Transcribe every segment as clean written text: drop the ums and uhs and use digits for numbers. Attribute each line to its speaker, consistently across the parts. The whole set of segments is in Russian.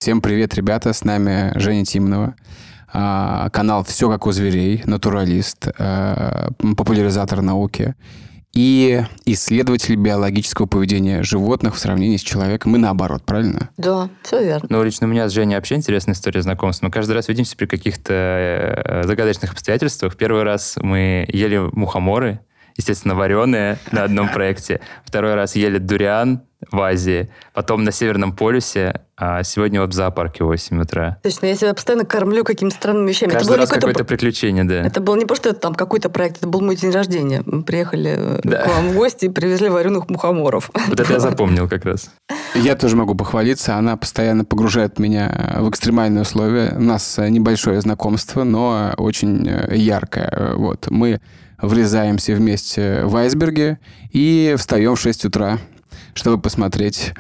Speaker 1: Всем привет, ребята, с нами Женя Тимонова. Канал «Все как у зверей», натуралист, популяризатор науки и исследователь биологического поведения животных в сравнении с человеком и наоборот, правильно?
Speaker 2: Да, все верно.
Speaker 3: Ну, лично у меня с Женей вообще интересная история знакомства. Мы каждый раз видимся при каких-то загадочных обстоятельствах. Первый раз мы ели мухоморы, естественно, вареные на одном проекте. Второй раз ели дуриан в Азии, потом на Северном полюсе, а сегодня вот в зоопарке в 8 утра.
Speaker 2: Точно, я себя постоянно кормлю какими-то странными вещами.
Speaker 3: Каждый раз какое-то приключение, да.
Speaker 2: Это был не просто там какой-то проект, это был мой день рождения. Мы приехали к вам в гости и привезли вареных мухоморов.
Speaker 3: Вот это я запомнил как раз.
Speaker 1: Я тоже могу похвалиться. Она постоянно погружает меня в экстремальные условия. У нас небольшое знакомство, но очень яркое. Вот. Мы врезаемся вместе в айсберге и встаем в 6 утра, чтобы посмотреть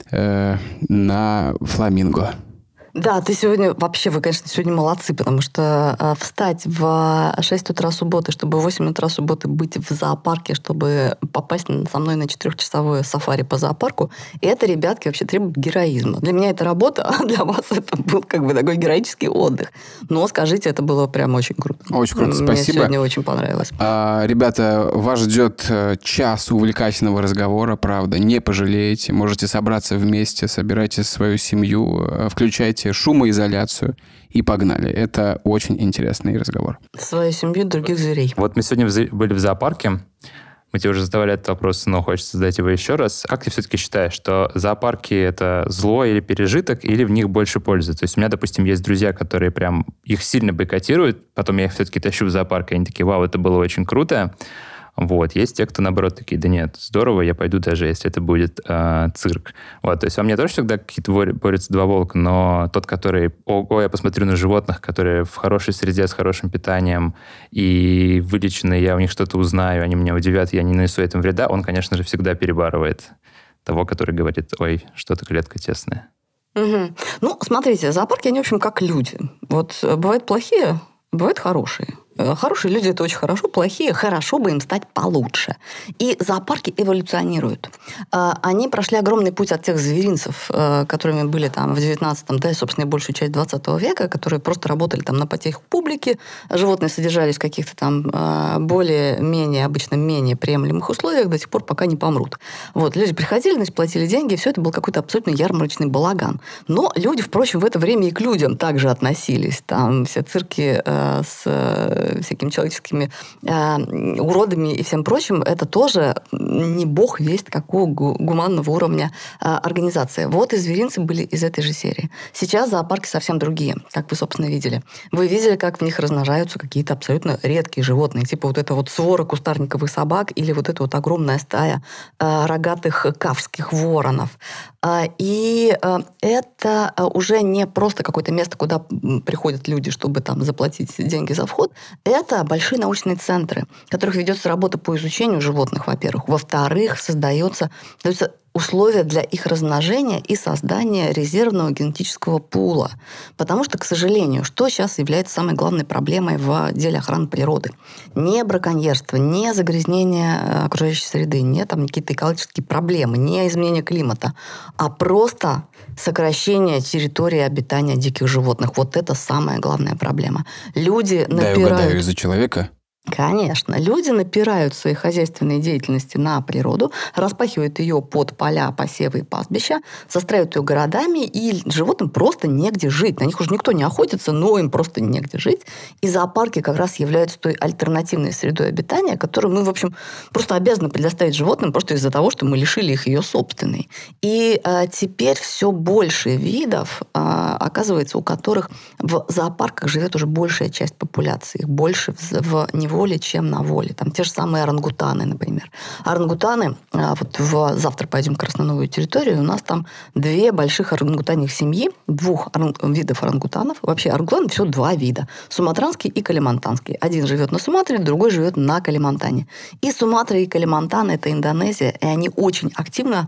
Speaker 1: на фламинго.
Speaker 2: Да, ты сегодня... Вообще, вы, конечно, сегодня молодцы, потому что встать в 6 утра субботы, чтобы в 8 утра субботы быть в зоопарке, чтобы попасть со мной на 4-часовое сафари по зоопарку, это, ребятки, вообще требует героизма. Для меня это работа, а для вас это был как бы такой героический отдых. Но, скажите, это было прям очень круто.
Speaker 1: Очень круто, спасибо.
Speaker 2: Мне сегодня очень понравилось.
Speaker 1: Ребята, вас ждет час увлекательного разговора, правда, не пожалеете. Можете собраться вместе, собирайте свою семью, включайте шумоизоляцию и погнали. Это очень интересный разговор.
Speaker 2: Свою семью других зверей.
Speaker 3: Вот мы сегодня были в зоопарке. Мы тебе уже задавали этот вопрос, но хочется задать его еще раз. Как ты все-таки считаешь, что зоопарки – это зло или пережиток, или в них больше пользы? То есть у меня, допустим, есть друзья, которые прям их сильно бойкотируют, потом я их все-таки тащу в зоопарк, и они такие: вау, это было очень круто. Вот. Есть те, кто, наоборот, такие: да нет, здорово, я пойду даже, если это будет цирк. Вот. То есть во мне тоже всегда какие-то борются два волка, но тот, который: ого, я посмотрю на животных, которые в хорошей среде, с хорошим питанием и вылеченные, я у них что-то узнаю, они меня удивят, я не нанесу этим вреда, он, конечно же, всегда перебарывает того, который говорит: ой, что-то клетка тесная.
Speaker 2: Угу. Ну, смотрите, зоопарки, они, в общем, как люди. Вот бывают плохие, бывают хорошие. Хорошие люди – это очень хорошо, плохие – хорошо бы им стать получше. И зоопарки эволюционируют. Они прошли огромный путь от тех зверинцев, которыми были там в 19-м, да, и, собственно, и большую часть 20 века, которые просто работали там на потеху публики. Животные содержались в каких-то там более-менее, обычно менее приемлемых условиях до тех пор, пока не помрут. Вот. Люди приходили, значит, платили деньги, и все это был какой-то абсолютно ярмарочный балаган. Но люди, впрочем, в это время и к людям также относились. Там все цирки с всякими человеческими уродами и всем прочим, это тоже не бог весть какого гуманного уровня организации. Вот и зверинцы были из этой же серии. Сейчас зоопарки совсем другие, как вы, собственно, видели. Вы видели, как в них размножаются какие-то абсолютно редкие животные, типа вот это вот свора кустарниковых собак или вот эта вот огромная стая рогатых кавских воронов. И это уже не просто какое-то место, куда приходят люди, чтобы там заплатить деньги за вход. Это большие научные центры, в которых ведется работа по изучению животных, во-первых. Во-вторых, создаются условия для их размножения и создания резервного генетического пула. Потому что, к сожалению, что сейчас является самой главной проблемой в деле охраны природы? Не браконьерство, не загрязнение окружающей среды, не там какие-то экологические проблемы, не изменение климата, а просто сокращение территории обитания диких животных. Вот это самая главная проблема. Люди напирают...
Speaker 1: Да, я угадаю, из-за человека?
Speaker 2: Конечно. Люди напирают в своей хозяйственной деятельности на природу, распахивают ее под поля, посевы и пастбища, застраивают ее городами, и животным просто негде жить. На них уже никто не охотится, но им просто негде жить. И зоопарки как раз являются той альтернативной средой обитания, которую мы, в общем, просто обязаны предоставить животным просто из-за того, что мы лишили их ее собственной. И теперь все больше видов, оказывается, у которых в зоопарках живет уже большая часть популяции. Их больше в неволе, чем на воле. Там те же самые орангутаны, например. Орангутаны, вот завтра пойдем как раз на новую территорию, у нас там 2 больших орангутаньих семьи, 2 видов орангутанов. Вообще орангутанов всего 2 вида. Суматранский и калимантанский. Один живет на Суматре, другой живет на Калимантане. И Суматра, и Калимантан – это Индонезия, и они очень активно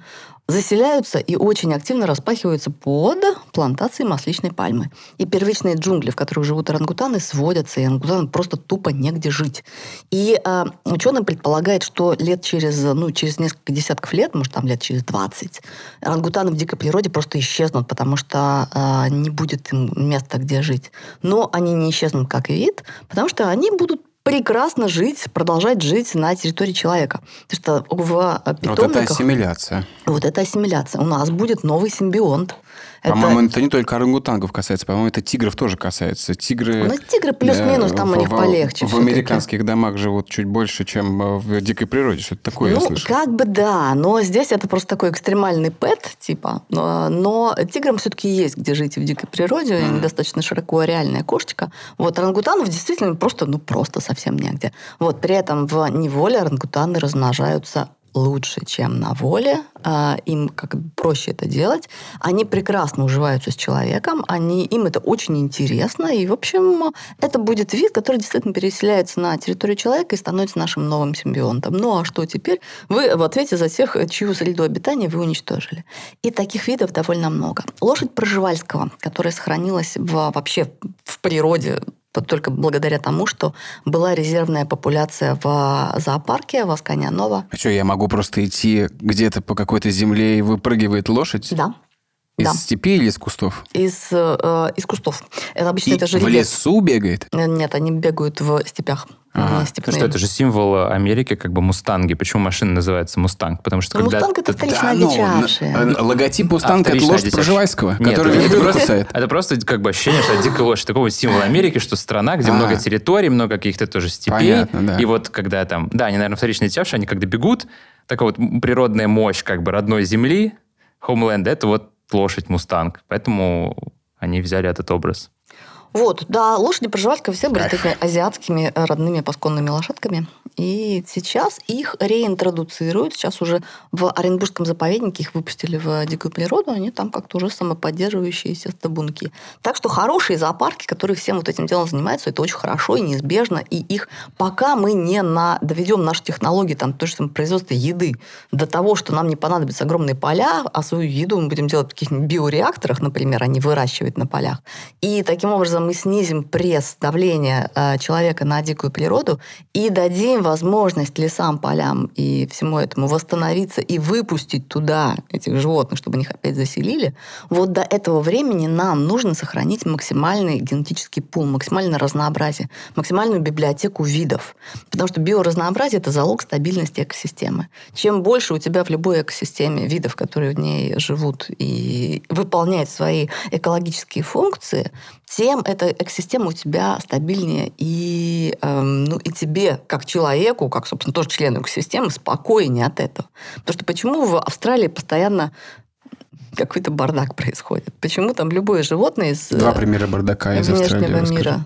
Speaker 2: заселяются и очень активно распахиваются под плантации масличной пальмы. И первичные джунгли, в которых живут орангутаны, сводятся, и орангутанам просто тупо негде жить. И ученые предполагают, что через несколько десятков лет, может, там лет через 20, орангутаны в дикой природе просто исчезнут, потому что не будет им места, где жить. Но они не исчезнут как вид, потому что они будут прекрасно продолжать жить на территории человека. Потому что в питомниках...
Speaker 1: Вот это ассимиляция.
Speaker 2: Вот это ассимиляция. У нас будет новый симбионт.
Speaker 1: По-моему, это не только орангутангов касается, по-моему, это тигров тоже касается. Тигры
Speaker 2: плюс-минус, там у них полегче.
Speaker 1: В американских домах живут чуть больше, чем в дикой природе. Что-то такое я слышал.
Speaker 2: Как бы да, но здесь это просто такой экстремальный пэт, типа. Но тиграм все-таки есть где жить в дикой природе. Они достаточно широко реальная кошечка. Вот орангутанов действительно просто совсем негде. Вот при этом в неволе орангутаны размножаются лучше, чем на воле. Им как бы проще это делать. Они прекрасно уживаются с человеком. Им это очень интересно. И, в общем, это будет вид, который действительно переселяется на территорию человека и становится нашим новым симбионтом. Ну, а что теперь? Вы в ответе за тех, чью среду обитания вы уничтожили. И таких видов довольно много. Лошадь Пржевальского, которая сохранилась вообще в природе только благодаря тому, что была резервная популяция в зоопарке в Асканья-Нова.
Speaker 1: А что, я могу просто идти где-то по какой-то земле и выпрыгивает лошадь?
Speaker 2: Да.
Speaker 1: Из степи или из кустов?
Speaker 2: Из кустов. Это обычно это жеребец.
Speaker 1: В лесу бегает?
Speaker 2: Нет, они бегают в степях.
Speaker 3: Что это же символ Америки, как бы мустанги. Почему машина называется мустанг? Потому что
Speaker 2: мустанг это вторично одичавшая.
Speaker 1: Логотип мустанга это лошадь Пржевальского, который ведро кусает.
Speaker 3: Это просто как бы ощущение, что это дикая лошадь. Такого символа Америки, что страна, где много территорий, много каких-то тоже степей.
Speaker 1: Понятно, да.
Speaker 3: И вот когда там... Да, они, наверное, вторично одичавшие, они когда бегут, такая вот природная мощь как бы родной земли, homeland, это вот лошадь мустанг. Поэтому они взяли этот образ.
Speaker 2: Вот, да, лошади Пржевальского все были такими азиатскими родными пасконными лошадками. И сейчас их реинтродуцируют. Сейчас уже в Оренбургском заповеднике их выпустили в дикую природу. Они там как-то уже самоподдерживающиеся табунки. Так что хорошие зоопарки, которые всем вот этим делом занимаются, это очень хорошо и неизбежно. И их, пока мы не доведем наши технологии, там, то, что производство еды, до того, что нам не понадобятся огромные поля, а свою еду мы будем делать в каких-нибудь биореакторах, например, а не выращивать на полях. И таким образом мы снизим пресс, давление человека на дикую природу и дадим возможность лесам, полям и всему этому восстановиться и выпустить туда этих животных, чтобы их опять заселили. Вот до этого времени нам нужно сохранить максимальный генетический пул, максимальное разнообразие, максимальную библиотеку видов. Потому что биоразнообразие – это залог стабильности экосистемы. Чем больше у тебя в любой экосистеме видов, которые в ней живут и выполняют свои экологические функции, тем эта экосистема у тебя стабильнее, и тебе, как человеку, как, собственно, тоже члену экосистемы, спокойнее от этого. Потому что почему в Австралии постоянно какой-то бардак происходит? Почему там любое животное из...
Speaker 1: Два примера бардака из
Speaker 2: внешнего мира.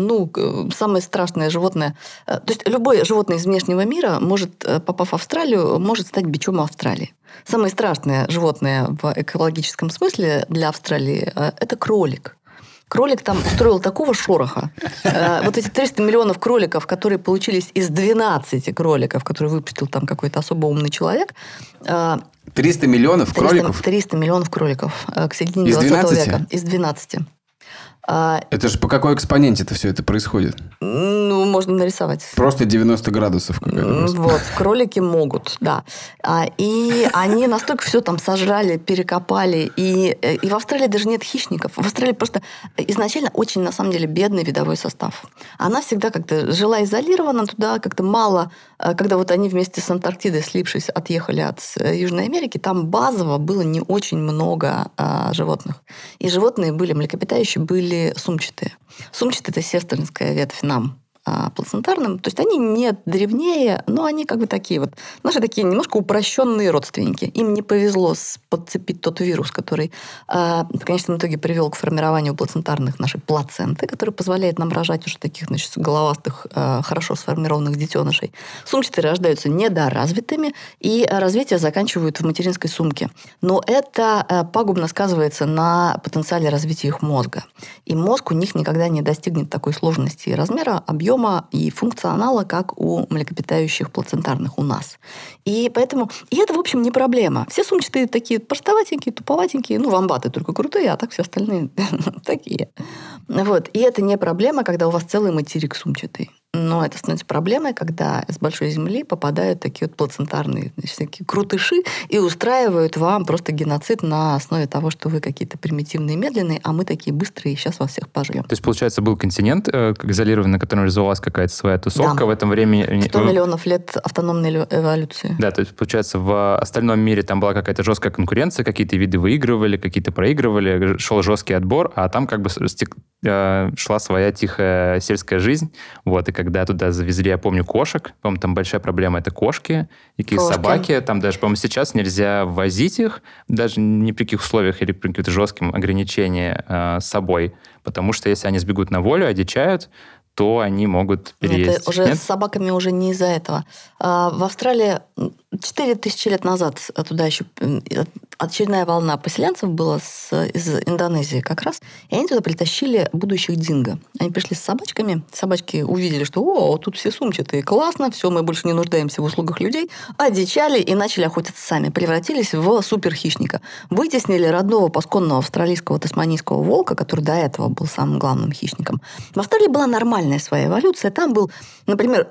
Speaker 2: Самое страшное животное... То есть любое животное из внешнего мира, попав в Австралию, может стать бичом Австралии. Самое страшное животное в экологическом смысле для Австралии – это кролик. Кролик там устроил такого шороха. Вот эти 300 миллионов кроликов, которые получились из 12 кроликов, которые выпустил там какой-то особо умный человек.
Speaker 1: 300 миллионов кроликов?
Speaker 2: 300 миллионов кроликов к середине 20 века. Из 12.
Speaker 1: Это же по какой экспоненте-то все это происходит?
Speaker 2: Можно нарисовать.
Speaker 1: Просто 90 градусов какая-то.
Speaker 2: Вот, кролики могут, да. И они настолько все там сожрали, перекопали. И в Австралии даже нет хищников. В Австралии просто изначально очень, на самом деле, бедный видовой состав. Она всегда как-то жила изолирована, туда как-то мало... Когда вот они вместе с Антарктидой, слившись, отъехали от Южной Америки, там базово было не очень много животных. И животные были млекопитающие, были сумчатые. Сумчатые – это сестринская ветвь нам, плацентарным. То есть они не древнее, но они как бы такие вот. Наши такие немножко упрощенные родственники. Им не повезло подцепить тот вирус, который в конечном итоге привел к формированию плацентарных нашей плаценты, который позволяет нам рожать уже таких, значит, головастых, хорошо сформированных детенышей. Сумчатые рождаются недоразвитыми, и развитие заканчивают в материнской сумке. Но это пагубно сказывается на потенциале развития их мозга. И мозг у них никогда не достигнет такой сложности и размера, объема, объема и функционала, как у млекопитающих плацентарных у нас. И поэтому... И это, в общем, не проблема. Все сумчатые такие простоватенькие, туповатенькие. Ну, вомбаты только крутые, а так все остальные такие. Вот. И это не проблема, когда у вас целый материк сумчатый. Но это становится проблемой, когда с большой земли попадают такие вот плацентарные, значит, всякие крутыши и устраивают вам просто геноцид на основе того, что вы какие-то примитивные, медленные, а мы такие быстрые, и сейчас вас всех пожрем.
Speaker 3: То есть, получается, был континент изолированный, на котором развивалась какая-то своя тусовка.
Speaker 2: Да.
Speaker 3: В этом времени...
Speaker 2: 100 миллионов лет автономной эволюции.
Speaker 3: Да, то есть, получается, в остальном мире там была какая-то жесткая конкуренция, какие-то виды выигрывали, какие-то проигрывали, шел жесткий отбор, а там как бы шла своя тихая сельская жизнь. Вот, и когда туда завезли, я помню, кошек, по-моему, там большая проблема, это кошки, какие-то собаки, там даже, по-моему, сейчас нельзя возить их, даже ни при каких условиях или при каких-то жестких ограничениях с собой, потому что если они сбегут на волю, одичают, то они могут переесть.
Speaker 2: Это уже с собаками уже не из-за этого. В Австралии 4000 лет назад туда еще очередная волна поселенцев была из Индонезии как раз, и они туда притащили будущих динго. Они пришли с собачками, собачки увидели, что о, тут все сумчатые, классно, все, мы больше не нуждаемся в услугах людей, одичали и начали охотиться сами, превратились в суперхищника. Вытеснили родного пасконного австралийского тасманийского волка, который до этого был самым главным хищником. В Австралии была нормальная своя эволюция. Там был, например,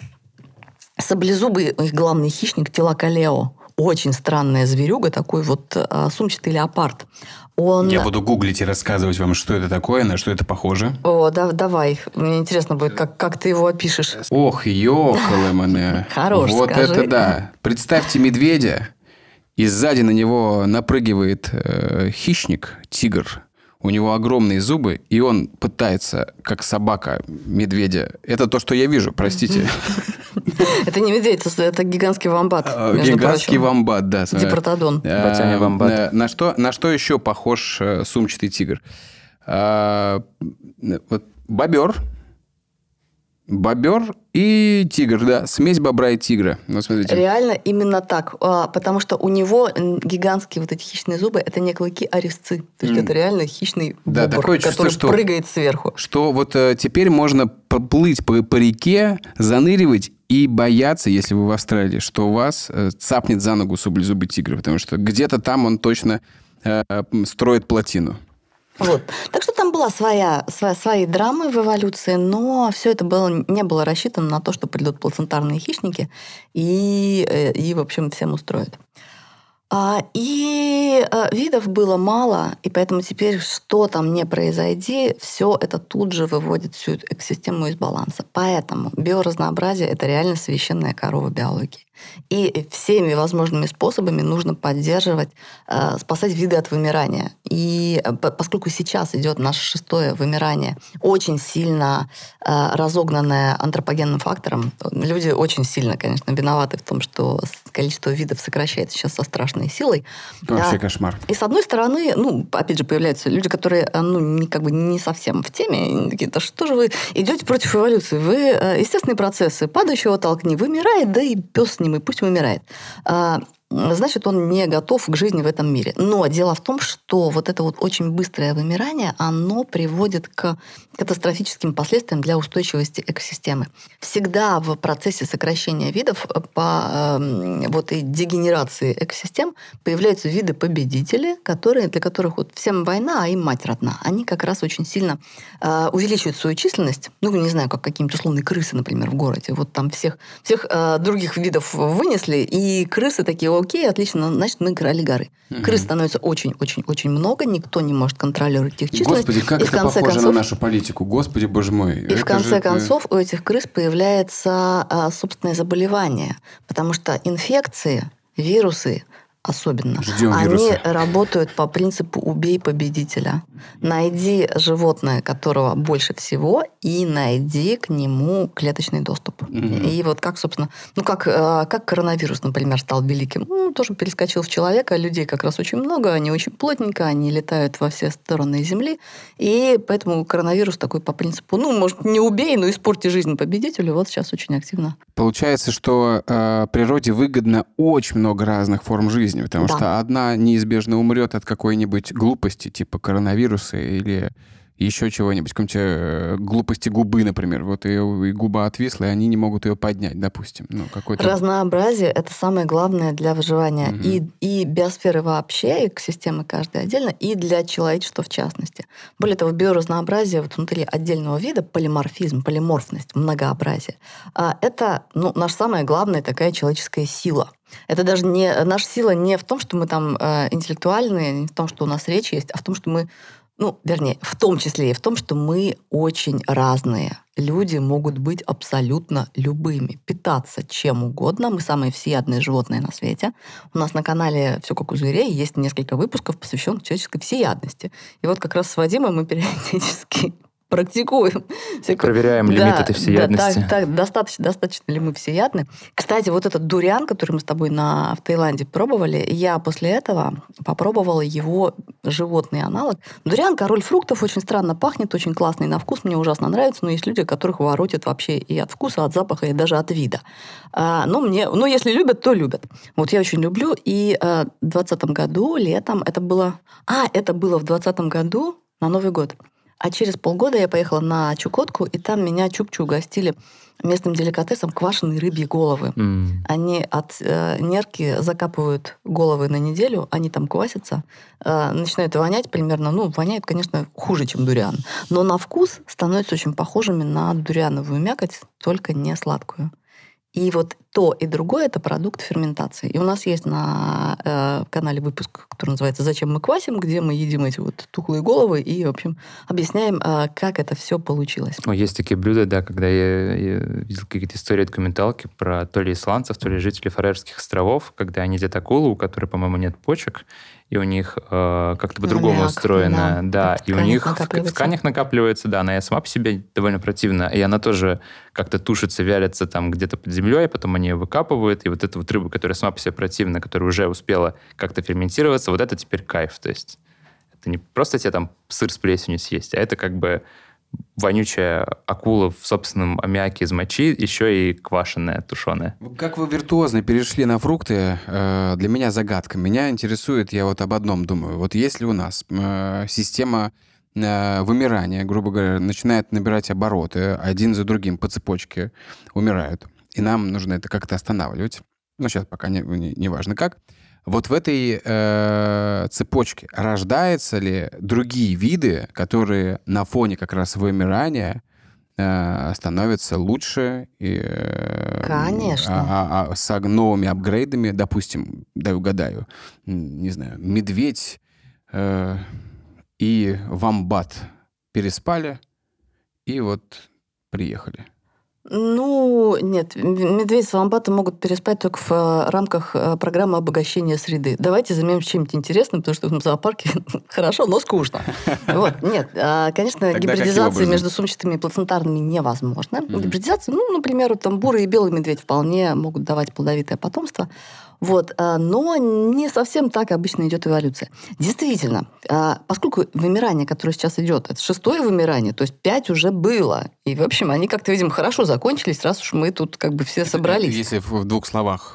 Speaker 2: саблезубый их главный хищник Тилакалео. Очень странная зверюга, такой вот сумчатый леопард.
Speaker 1: Я буду гуглить и рассказывать вам, что это такое, на что это похоже.
Speaker 2: О, давай. Мне интересно будет, как ты его опишешь.
Speaker 1: Ох, ёкалэмэне.
Speaker 2: Хорош,
Speaker 1: вот
Speaker 2: скажи.
Speaker 1: Это да. Представьте медведя, и сзади на него напрыгивает хищник, тигр. У него огромные зубы, и он пытается, как собака, медведя. Это то, что я вижу, простите.
Speaker 2: Это не медведь, это гигантский вомбат.
Speaker 1: Гигантский вомбат, да.
Speaker 2: Дипротодон.
Speaker 3: Батяня вомбат.
Speaker 1: На что еще похож сумчатый тигр? Вот бобер. Бобер и тигр, да. Смесь бобра и тигра. Вот смотрите.
Speaker 2: Реально именно так. Потому что у него гигантские вот эти хищные зубы, это не клыки, а резцы. То есть это реально хищный бобр,
Speaker 1: такое чувство,
Speaker 2: который
Speaker 1: что
Speaker 2: прыгает сверху.
Speaker 1: Что вот теперь можно плыть по реке, заныривать и бояться, если вы в Австралии, что вас цапнет за ногу саблезубый тигр, потому что где-то там он точно строит плотину.
Speaker 2: Вот. Так что там была свои драмы в эволюции, но все это не было рассчитано на то, что придут плацентарные хищники и в общем, всем устроят. И видов было мало, и поэтому теперь, что там не произойди, все это тут же выводит всю эту экосистему из баланса. Поэтому биоразнообразие – это реально священная корова биологии. И всеми возможными способами нужно поддерживать, спасать виды от вымирания. И поскольку сейчас идет наше 6-е вымирание, очень сильно разогнанное антропогенным фактором, люди очень сильно, конечно, виноваты в том, что количество видов сокращается сейчас со страшной силой.
Speaker 1: Вообще кошмар.
Speaker 2: И с одной стороны, опять же, появляются люди, которые не совсем в теме. Такие, да что же вы идете против эволюции? Вы естественные процессы. Падающего толкни, вымирает, да и пес с ним, и пусть вымирает. Значит, он не готов к жизни в этом мире. Но дело в том, что вот это вот очень быстрое вымирание, оно приводит к катастрофическим последствиям для устойчивости экосистемы. Всегда в процессе сокращения видов по вот и дегенерации экосистем появляются виды-победители, для которых вот всем война, а им мать родна. Они как раз очень сильно увеличивают свою численность. Не знаю, как какие-нибудь условные крысы, например, в городе. Вот там всех других видов вынесли, и крысы такие: окей, отлично, значит, мы крали горы. Крыс становится очень-очень-очень много, никто не может контролировать их численность.
Speaker 1: Господи, как это похоже на нашу политику. Господи, боже мой.
Speaker 2: И в конце концов у этих крыс появляется собственное заболевание, потому что инфекции, вирусы особенно, они работают по принципу «убей победителя». Найди животное, которого больше всего, и найди к нему клеточный доступ. И вот как, собственно, как коронавирус, например, стал великим. Тоже перескочил в человека, людей как раз очень много, они очень плотненько, они летают во все стороны Земли, и поэтому коронавирус такой по принципу, может, не убей, но испорти жизнь победителю, вот сейчас очень активно.
Speaker 1: Получается, что природе выгодно очень много разных форм жизни, потому что одна неизбежно умрет от какой-нибудь глупости, типа коронавируса или еще чего-нибудь, какой-нибудь глупости губы, например. Вот ее и губа отвисла, и они не могут ее поднять, допустим. Ну, какой-то...
Speaker 2: Разнообразие — это самое главное для выживания и биосферы вообще, и экосистемы каждой отдельно, и для человечества в частности. Более того, биоразнообразие вот внутри отдельного вида, полиморфизм, полиморфность, многообразие, это наша самая главная такая человеческая сила. Это даже не... Наша сила не в том, что мы там интеллектуальные, не в том, что у нас речь есть, а в том, что мы... вернее, в том числе и в том, что мы очень разные. Люди могут быть абсолютно любыми, питаться чем угодно. Мы самые всеядные животные на свете. У нас на канале «Все как у зверей» есть несколько выпусков, посвященных человеческой всеядности. И вот как раз с Вадимом мы периодически практикуем.
Speaker 3: Проверяем лимит этой всеядности.
Speaker 2: Достаточно ли мы всеядны. Кстати, вот этот дуриан, который мы с тобой в Таиланде пробовали, я после этого попробовала его животный аналог. Дуриан — король фруктов, очень странно пахнет, очень классный на вкус, мне ужасно нравится, но есть люди, которых воротит вообще и от вкуса, от запаха, и даже от вида. Если любят, то любят. Вот я очень люблю, и в 2020 году летом это было в 2020 году на Новый год. А через полгода я поехала на Чукотку, и там меня чукчи угостили местным деликатесом квашеные рыбьи головы. Они от нерки закапывают головы на неделю, они там квасятся, начинают вонять примерно, воняет, конечно, хуже, чем дуриан. Но на вкус становятся очень похожими на дуриановую мякоть, только не сладкую. И вот то и другое — это продукт ферментации. И у нас есть на канале выпуск, который называется «Зачем мы квасим?», где мы едим эти вот тухлые головы и, в общем, объясняем, как это все получилось.
Speaker 3: Есть такие блюда, да, когда я видел какие-то истории документалки про то ли исландцев, то ли жителей Фарерских островов, когда они едят акулу, у которой, по-моему, нет почек, и у них как-то по-другому устроено. Да, и у них в тканях накапливается, да, она сама по себе довольно противна, и она тоже как-то тушится, вялится там где-то под землей, потом они ее выкапывают, и вот эта вот рыба, которая сама по себе противна, которая уже успела как-то ферментироваться, вот это теперь кайф. То есть это не просто тебе там сыр с плесенью съесть, а это как бы вонючая акула в собственном аммиаке из мочи, еще и квашеная, тушеная.
Speaker 1: Как вы виртуозно перешли на фрукты, для меня загадка. Меня интересует, я вот об одном думаю. Вот если у нас система вымирания, грубо говоря, начинает набирать обороты, один за другим по цепочке умирают, и нам нужно это как-то останавливать. Сейчас пока не важно как. Вот в этой цепочке рождаются ли другие виды, которые на фоне как раз вымирания становятся лучше?
Speaker 2: Конечно.
Speaker 1: С новыми апгрейдами, допустим, дай угадаю, не знаю, медведь и вомбат переспали и вот приехали.
Speaker 2: Нет, медведь с вомбатом могут переспать только в рамках программы обогащения среды. Давайте займемся чем-нибудь интересным, потому что в зоопарке хорошо, но скучно. Нет, конечно, гибридизация между сумчатыми и плацентарными невозможна. Гибридизация, например, там бурый и белый медведь вполне могут давать плодовитое потомство. Но не совсем так обычно идет эволюция. Действительно, поскольку вымирание, которое сейчас идет, это 6-е вымирание, то есть 5 уже было. И, в общем, они как-то, видимо, хорошо закончились, раз уж мы тут как бы все собрались.
Speaker 1: Если в 2 словах,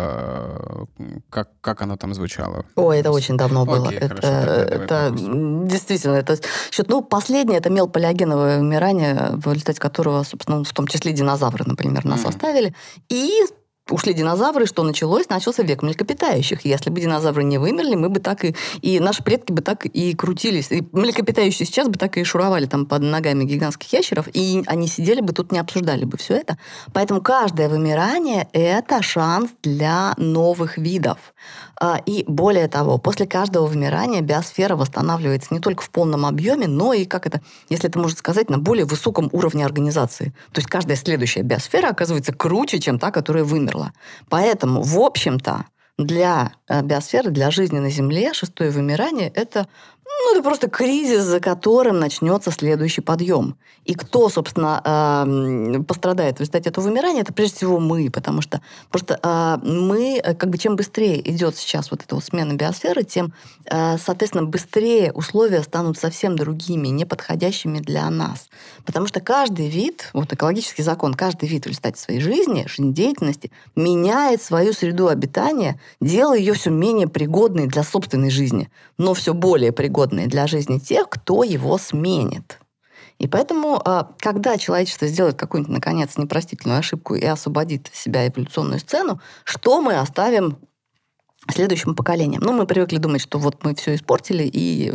Speaker 1: как оно там звучало?
Speaker 2: Это очень давно было.
Speaker 1: Окей,
Speaker 2: это действительно, это счет. Последнее — это мелпалеогеновое вымирание, в результате которого, собственно, в том числе динозавры, например, нас оставили. И ушли динозавры, что началось? Начался век млекопитающих. Если бы динозавры не вымерли, мы бы так и наши предки бы так и крутились. И млекопитающие сейчас бы так и шуровали там под ногами гигантских ящеров, и они сидели бы тут, не обсуждали бы все это. Поэтому каждое вымирание — это шанс для новых видов. И более того, после каждого вымирания биосфера восстанавливается не только в полном объеме, но и, если это можно сказать, на более высоком уровне организации. То есть каждая следующая биосфера оказывается круче, чем та, которая вымерла. Поэтому, в общем-то, для биосферы, для жизни на Земле 6-е вымирание — это просто кризис, за которым начнется следующий подъем. И кто, собственно, пострадает в результате этого вымирания, это прежде всего мы, потому что просто мы, чем быстрее идет сейчас вот эта смена биосферы, тем, соответственно, быстрее условия станут совсем другими, неподходящими для нас. Потому что каждый вид, экологический закон, каждый вид в результате своей жизнедеятельности меняет свою среду обитания, делая ее все менее пригодной для собственной жизни, но все более пригодной непригодный для жизни тех, кто его сменит. И поэтому, когда человечество сделает какую-нибудь, наконец, непростительную ошибку и освободит себя эволюционную сцену, что мы оставим следующим поколениям? Ну, мы привыкли думать, что вот мы все испортили, и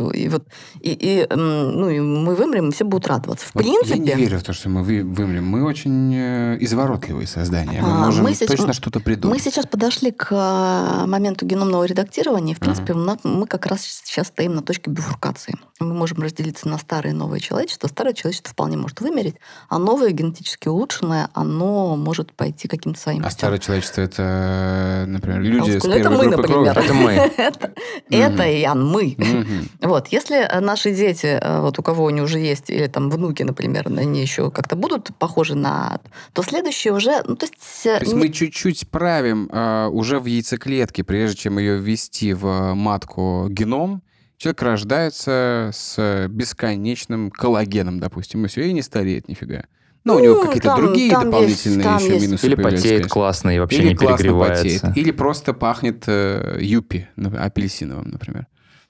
Speaker 2: мы вымрем, и все будут радоваться. В принципе...
Speaker 1: Я не верю в то, что мы вымрем. Мы очень изворотливые создания. Мы можем точно что-то придумать.
Speaker 2: Мы сейчас подошли к моменту геномного редактирования. В принципе, мы как раз сейчас стоим на точке бифуркации. Мы можем разделиться на старое и новое человечество. Старое человечество вполне может вымереть, а новое, генетически улучшенное, оно может пойти каким-то своим путем.
Speaker 1: А старое человечество — это, например, люди с
Speaker 2: это
Speaker 1: первой группы крови?
Speaker 3: Это мы.
Speaker 2: Это, Ян, мы. Вот, если наши дети, вот у кого они уже есть, или там внуки, например, они еще как-то будут похожи на... то следующее уже...
Speaker 1: То есть мы чуть-чуть правим уже в яйцеклетке, прежде чем ее ввести в матку геном. Человек рождается с бесконечным коллагеном, допустим, и все, и не стареет нифига. Ну, у него какие-то другие дополнительные еще минусы
Speaker 3: или
Speaker 1: появляются,
Speaker 3: потеет
Speaker 1: конечно.
Speaker 3: классно и вообще
Speaker 1: или
Speaker 3: не перегревается.
Speaker 1: Потеет, или просто пахнет юппи, апельсиновым, например.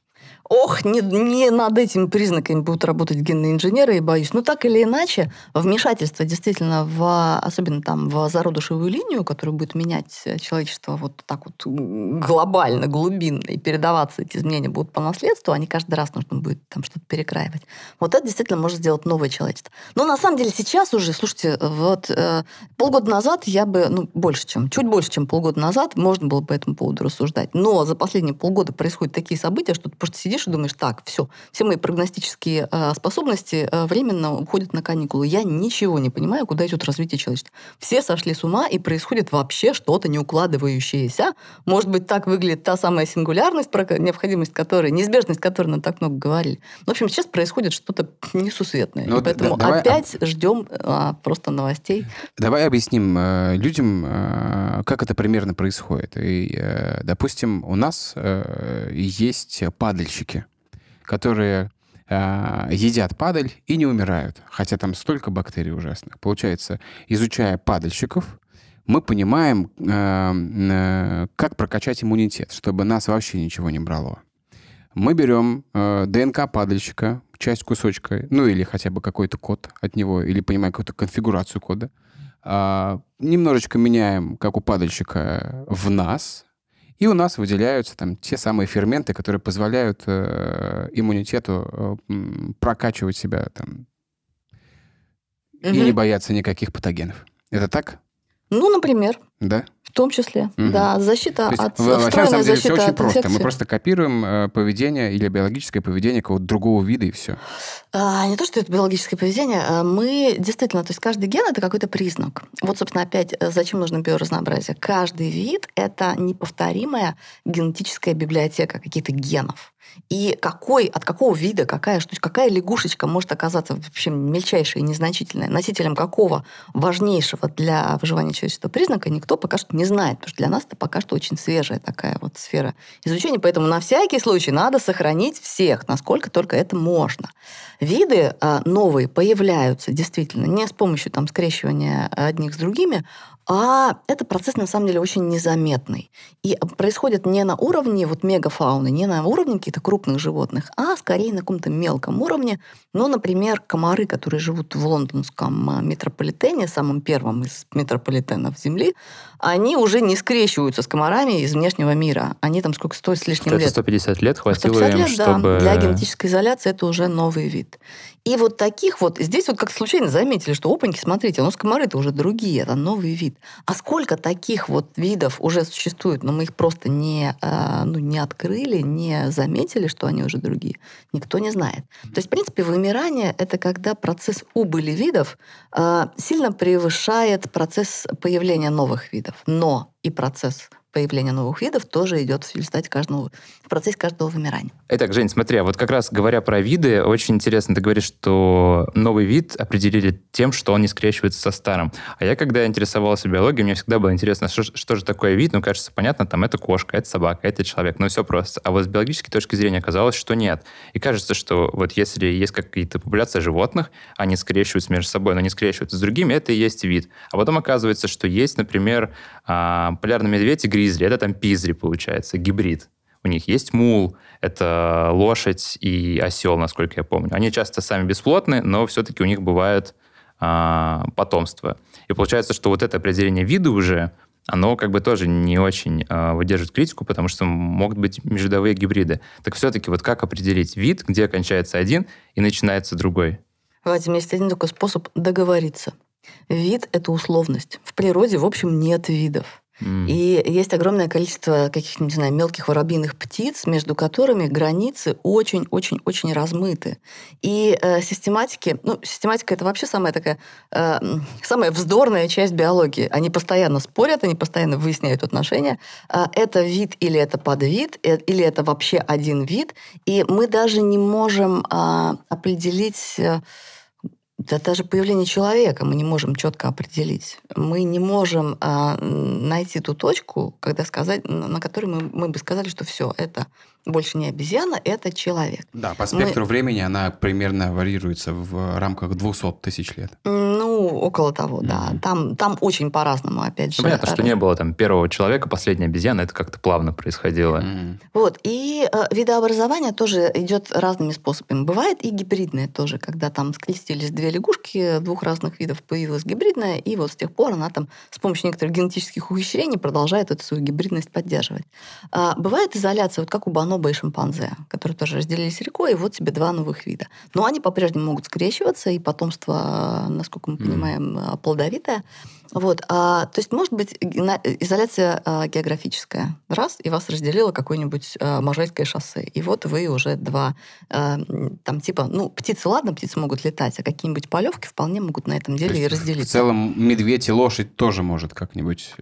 Speaker 2: Ох, не над этими признаками будут работать генные инженеры, я боюсь. Но так или иначе, вмешательство действительно, особенно там в зародышевую линию, которая будет менять человечество вот так вот глобально, глубинно, и передаваться эти изменения будут по наследству, они каждый раз нужно будет там что-то перекраивать. Вот это действительно может сделать новое человечество. Но на самом деле сейчас уже, слушайте, вот полгода назад я бы, чуть больше, чем полгода назад, можно было по этому поводу рассуждать. Но за последние полгода происходят такие события, что ты просто сидишь и думаешь, так, все мои прогностические способности временно уходят на каникулы. Я ничего не понимаю, куда идет развитие человечества. Все сошли с ума, и происходит вообще что-то не укладывающееся. Может быть, так выглядит та самая сингулярность, про необходимость которой, неизбежность которой нам так много говорили. В общем, сейчас происходит что-то несусветное. И поэтому опять ждем просто новостей.
Speaker 1: Давай объясним людям, как это примерно происходит. И, допустим, у нас есть падальщики, которые едят падаль и не умирают, хотя там столько бактерий ужасных. Получается, изучая падальщиков, мы понимаем, как прокачать иммунитет, чтобы нас вообще ничего не брало. Мы берем ДНК падальщика, часть кусочка, или хотя бы какой-то код от него, или понимаем какую-то конфигурацию кода, немножечко меняем, как у падальщика, в нас, и у нас выделяются там те самые ферменты, которые позволяют иммунитету прокачивать себя там, и не бояться никаких патогенов. Это так?
Speaker 2: Например.
Speaker 1: Да?
Speaker 2: В том числе. Да, защита от встроенная
Speaker 1: на самом деле
Speaker 2: защита
Speaker 1: все очень
Speaker 2: от
Speaker 1: просто.
Speaker 2: инфекции.
Speaker 1: Мы просто копируем поведение или биологическое поведение какого-то другого вида, и все.
Speaker 2: Не то, что это биологическое поведение. Мы действительно, то есть каждый ген – это какой-то признак. Вот, собственно, опять, зачем нужно биоразнообразие? Каждый вид – это неповторимая генетическая библиотека каких-то генов. И от какого вида, какая лягушечка может оказаться вообще мельчайшая и незначительная, носителем какого важнейшего для выживания человечества признака, никто пока что не знает, потому что для нас это пока что очень свежая такая вот сфера изучения, поэтому на всякий случай надо сохранить всех, насколько только это можно. Виды новые появляются действительно не с помощью скрещивания одних с другими, а это процесс, на самом деле, очень незаметный. И происходит не на уровне мегафауны, не на уровне каких-то крупных животных, а скорее на каком-то мелком уровне. Например, комары, которые живут в лондонском метрополитене, самом первом из метрополитенов Земли, они уже не скрещиваются с комарами из внешнего мира. Они там 100 с лишним лет.
Speaker 3: 150 лет хватило
Speaker 2: 150
Speaker 3: им,
Speaker 2: лет,
Speaker 3: чтобы...
Speaker 2: Да. Для генетической изоляции это уже новый вид. И таких здесь как случайно заметили, что опаньки, смотрите, комары-то уже другие, это новый вид. А сколько таких видов уже существует, но мы их просто не открыли, не заметили, что они уже другие, никто не знает. То есть, в принципе, вымирание – это когда процесс убыли видов сильно превышает процесс появления новых видов. Но и процесс появления новых видов тоже идет в процессе каждого вымирания.
Speaker 3: Итак, Жень, смотри, вот как раз говоря про виды, очень интересно, ты говоришь, что новый вид определили тем, что он не скрещивается со старым. А я, когда интересовался биологией, мне всегда было интересно, что же такое вид. Кажется, понятно, это кошка, это собака, это человек, все просто. А вот с биологической точки зрения оказалось, что нет. И кажется, что если есть какие-то популяции животных, они скрещиваются между собой, но не скрещиваются с другими, это и есть вид. А потом оказывается, что есть, например, полярный медведь и гризли. Это пизри, получается, гибрид. у них есть мул, это лошадь и осел, насколько я помню. Они часто сами бесплотны, но все-таки у них бывает потомство. И получается, что вот это определение вида уже, оно как бы тоже не очень выдерживает критику, потому что могут быть межвидовые гибриды. Так все-таки вот как определить вид, где кончается один и начинается другой?
Speaker 2: Вадим, есть один такой способ договориться. Вид — это условность. В природе, в общем, нет видов. И есть огромное количество каких-нибудь, не знаю, мелких воробьиных птиц, между которыми границы очень-очень-очень размыты. И систематика — это вообще самая такая, самая вздорная часть биологии. Они постоянно спорят, они постоянно выясняют отношения. Это вид или это подвид, или это вообще один вид. И мы даже не можем определить... Да даже появление человека мы не можем четко определить. Мы не можем найти ту точку, на которой мы бы сказали, что все, это больше не обезьяна, это человек.
Speaker 1: Да, по спектру времени она примерно варьируется в рамках 200 тысяч лет.
Speaker 2: Ну, около того, да. Там очень по-разному, опять же.
Speaker 3: Понятно, что не было там первого человека, последняя обезьяна, это как-то плавно происходило.
Speaker 2: Вот, и видообразование тоже идет разными способами. Бывает и гибридное тоже, когда там скрестились две лягушки двух разных видов, появилась гибридная, и вот с тех пор она там с помощью некоторых генетических ухищрений продолжает эту свою гибридность поддерживать. Бывает изоляция, вот как у бонобо и шимпанзе, которые тоже разделились рекой, и вот тебе два новых вида. Но они по-прежнему могут скрещиваться, и потомство, насколько мы понимаем, плодовитое. Вот. То есть, может быть, изоляция географическая. Раз, и вас разделило какое-нибудь Можайское шоссе. И вот вы уже два, там типа, птицы, ладно, птицы могут летать, а какие-нибудь полевки вполне могут на этом деле и разделиться.
Speaker 1: В целом, медведь и лошадь тоже может как-нибудь...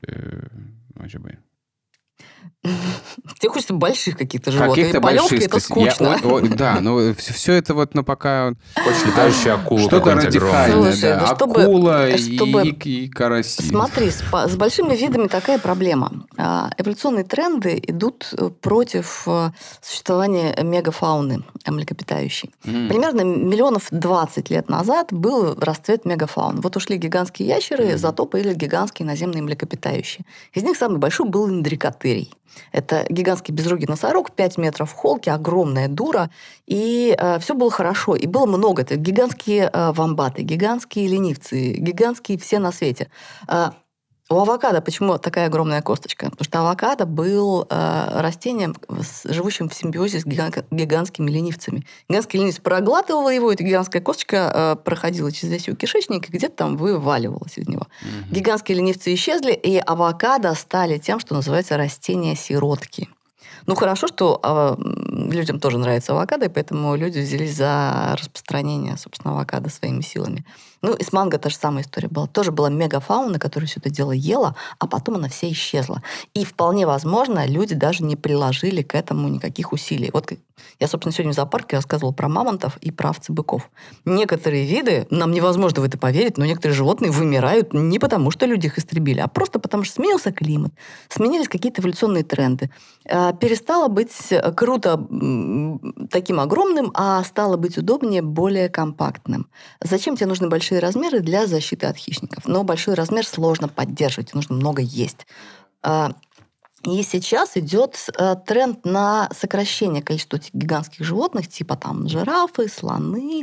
Speaker 2: Тебе хочется больших каких-то животных. И полевки — это скучно.
Speaker 1: Да, но все это вот, пока...
Speaker 3: Хочешь летающую акулу.
Speaker 1: Что-то радикальное,
Speaker 2: Слушай,
Speaker 1: да. Акула и караси.
Speaker 2: Смотри, с большими видами такая проблема. Эволюционные тренды идут против существования мегафауны млекопитающей. Примерно 20 лет назад был расцвет мегафауны. Вот ушли гигантские ящеры, зато появились гигантские наземные млекопитающие. Из них самый большой был индрикотерий. Это гигантский безрогий носорог, 5 метров в холке, огромная дура. И все было хорошо. И было много. Это гигантские вомбаты, гигантские ленивцы, гигантские все на свете. У авокадо почему такая огромная косточка? Потому что авокадо был растением, живущим в симбиозе с гигантскими ленивцами. Гигантский ленивец проглатывал его, эта гигантская косточка проходила через весь его кишечник и где-то там вываливалась из него. Гигантские ленивцы исчезли, и авокадо стали тем, что называется растения-сиротки. Хорошо, что людям тоже нравится авокадо, и поэтому люди взялись за распространение, собственно, авокадо своими силами. И с манго та же самая история была. Тоже была мегафауна, которая все это дело ела, а потом она вся исчезла. И вполне возможно, люди даже не приложили к этому никаких усилий. Вот я, собственно, сегодня в зоопарке рассказывала про мамонтов и про овцебыков. Некоторые виды, нам невозможно в это поверить, но некоторые животные вымирают не потому, что люди их истребили, а просто потому, что сменился климат, сменились какие-то эволюционные тренды. Перестало быть круто таким огромным, а стало быть удобнее, более компактным. Зачем тебе нужны большие размеры? Для защиты от хищников. Но большой размер сложно поддерживать, нужно много есть. И сейчас идет тренд на сокращение количества этих гигантских животных, типа там жирафы, слоны,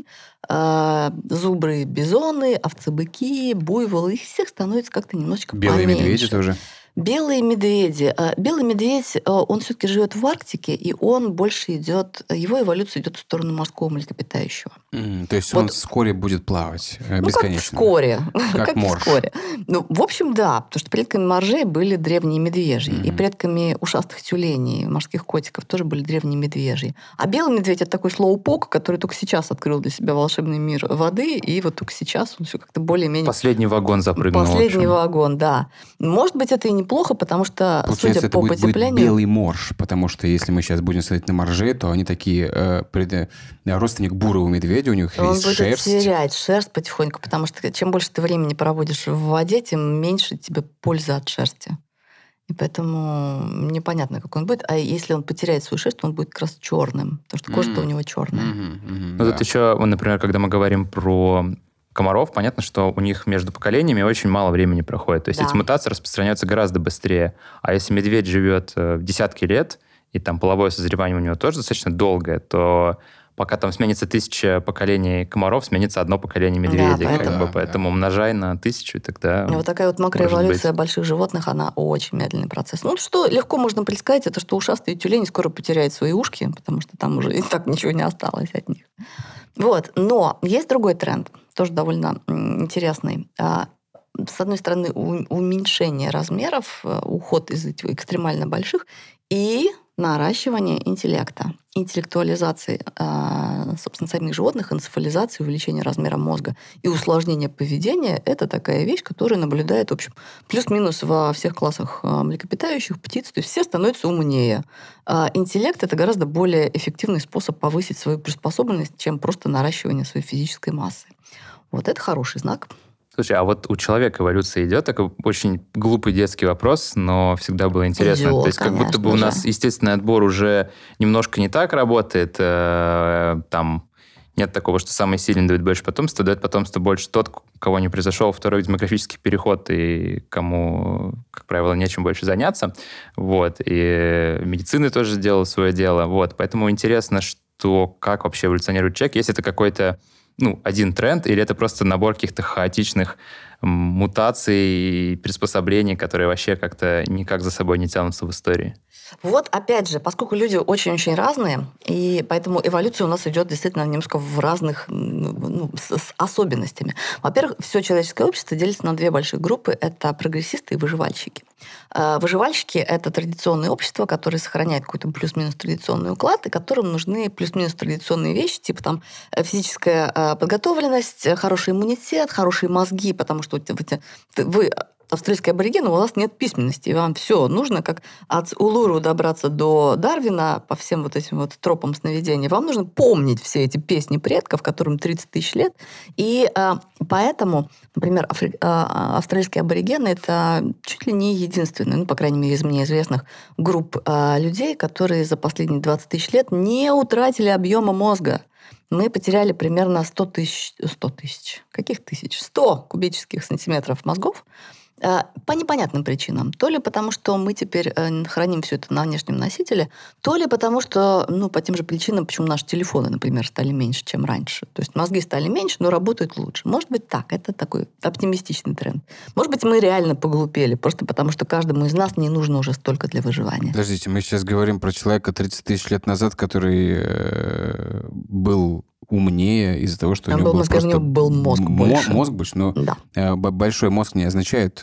Speaker 2: зубры, бизоны, овцебыки, буйволы. Их всех становится как-то немножечко
Speaker 1: поменьше. Белые медведи тоже.
Speaker 2: Белые медведи. Белый медведь, он все-таки живет в Арктике, и он больше идет, его эволюция идет в сторону морского млекопитающего.
Speaker 1: То есть он вскоре будет плавать бесконечно?
Speaker 2: Как вскоре.
Speaker 1: Как морж.
Speaker 2: Вскоре. В общем, да, потому что предками моржей были древние медвежьи, и предками ушастых тюленей, морских котиков тоже были древние медвежьи. А белый медведь — это такой слоупок, который только сейчас открыл для себя волшебный мир воды, и вот только сейчас он все как-то более-менее...
Speaker 3: Последний вагон запрыгнул.
Speaker 2: Последний вагон, да. Может быть, это и неплохо, потому что,
Speaker 1: получается,
Speaker 2: судя по потеплению...
Speaker 1: будет белый морж, потому что если мы сейчас будем смотреть на моржей, то они такие родственник бурого медведя, у них есть шерсть.
Speaker 2: Он будет терять шерсть потихоньку, потому что чем больше ты времени проводишь в воде, тем меньше тебе пользы от шерсти. И поэтому непонятно, как он будет. А если он потеряет свою шерсть, то он будет как раз черным, потому что кожа-то у него черная.
Speaker 3: Тут еще, например, когда мы говорим про комаров, понятно, что у них между поколениями очень мало времени проходит. То есть эти мутации распространяются гораздо быстрее. А если медведь живет десятки лет, и там половое созревание у него тоже достаточно долгое, то пока там сменится 1000 поколений комаров, сменится одно поколение медведей.
Speaker 2: Да, поэтому...
Speaker 3: Поэтому умножай на 1000, тогда...
Speaker 2: Вот такая вот макроэволюция больших животных, она очень медленный процесс. Ну, что легко можно предсказать, это что ушастые тюлени скоро потеряют свои ушки, потому что там уже и так ничего не осталось от них. Вот. Но есть другой тренд, тоже довольно интересный. С одной стороны, уменьшение размеров, уход из этих экстремально больших и наращивание интеллекта, интеллектуализации, собственно, самих животных, энцефализации, увеличение размера мозга и усложнение поведения – это такая вещь, которая наблюдает, в общем, плюс-минус во всех классах млекопитающих, птиц, то есть все становятся умнее. Интеллект – это гораздо более эффективный способ повысить свою приспособленность, чем просто наращивание своей физической массы. Вот это хороший знак.
Speaker 3: Слушай, а вот у человека эволюция идет? Такой очень глупый детский вопрос, но всегда было интересно.
Speaker 2: Идет,
Speaker 3: то есть как будто бы у нас естественный отбор уже немножко не так работает. Там нет такого, что самый сильный дает больше потомства, дает потомство больше тот, у кого не произошел второй демографический переход и кому, как правило, нечем больше заняться. Вот. И медицина тоже сделала свое дело. Вот. Поэтому интересно, как вообще эволюционирует человек, если это какой-то один тренд, или это просто набор каких-то хаотичных мутаций и приспособлений, которые вообще как-то никак за собой не тянутся в истории?
Speaker 2: Вот, опять же, поскольку люди очень-очень разные, и поэтому эволюция у нас идет действительно немножко в разных с особенностями. Во-первых, все человеческое общество делится на две большие группы. Это прогрессисты и выживальщики. Выживальщики – это традиционное общество, которое сохраняет какой-то плюс-минус традиционный уклад, и которым нужны плюс-минус традиционные вещи, типа там физическая подготовленность, хороший иммунитет, хорошие мозги, потому что вы австралийские аборигены, у вас нет письменности, и вам все нужно, как от Улуру добраться до Дарвина по всем вот этим вот тропам сновидения. Вам нужно помнить все эти песни предков, которым 30 тысяч лет. И поэтому, например, австралийские аборигены – это чуть ли не единственная, по крайней мере, из мне известных групп людей, которые за последние 20 тысяч лет не утратили объема мозга. Мы потеряли примерно 100 тысяч, каких тысяч? 100 кубических сантиметров мозгов, по непонятным причинам. То ли потому, что мы теперь храним все это на внешнем носителе, то ли потому, что, по тем же причинам, почему наши телефоны, например, стали меньше, чем раньше. То есть мозги стали меньше, но работают лучше. Может быть так, это такой оптимистичный тренд. Может быть, мы реально поглупели, просто потому что каждому из нас не нужно уже столько для выживания.
Speaker 1: Подождите, мы сейчас говорим про человека 30 тысяч лет назад, который был умнее из-за того, что у него был просто...
Speaker 2: У него был мозг больше.
Speaker 1: Мозг больше, но
Speaker 2: да.
Speaker 1: Большой мозг не означает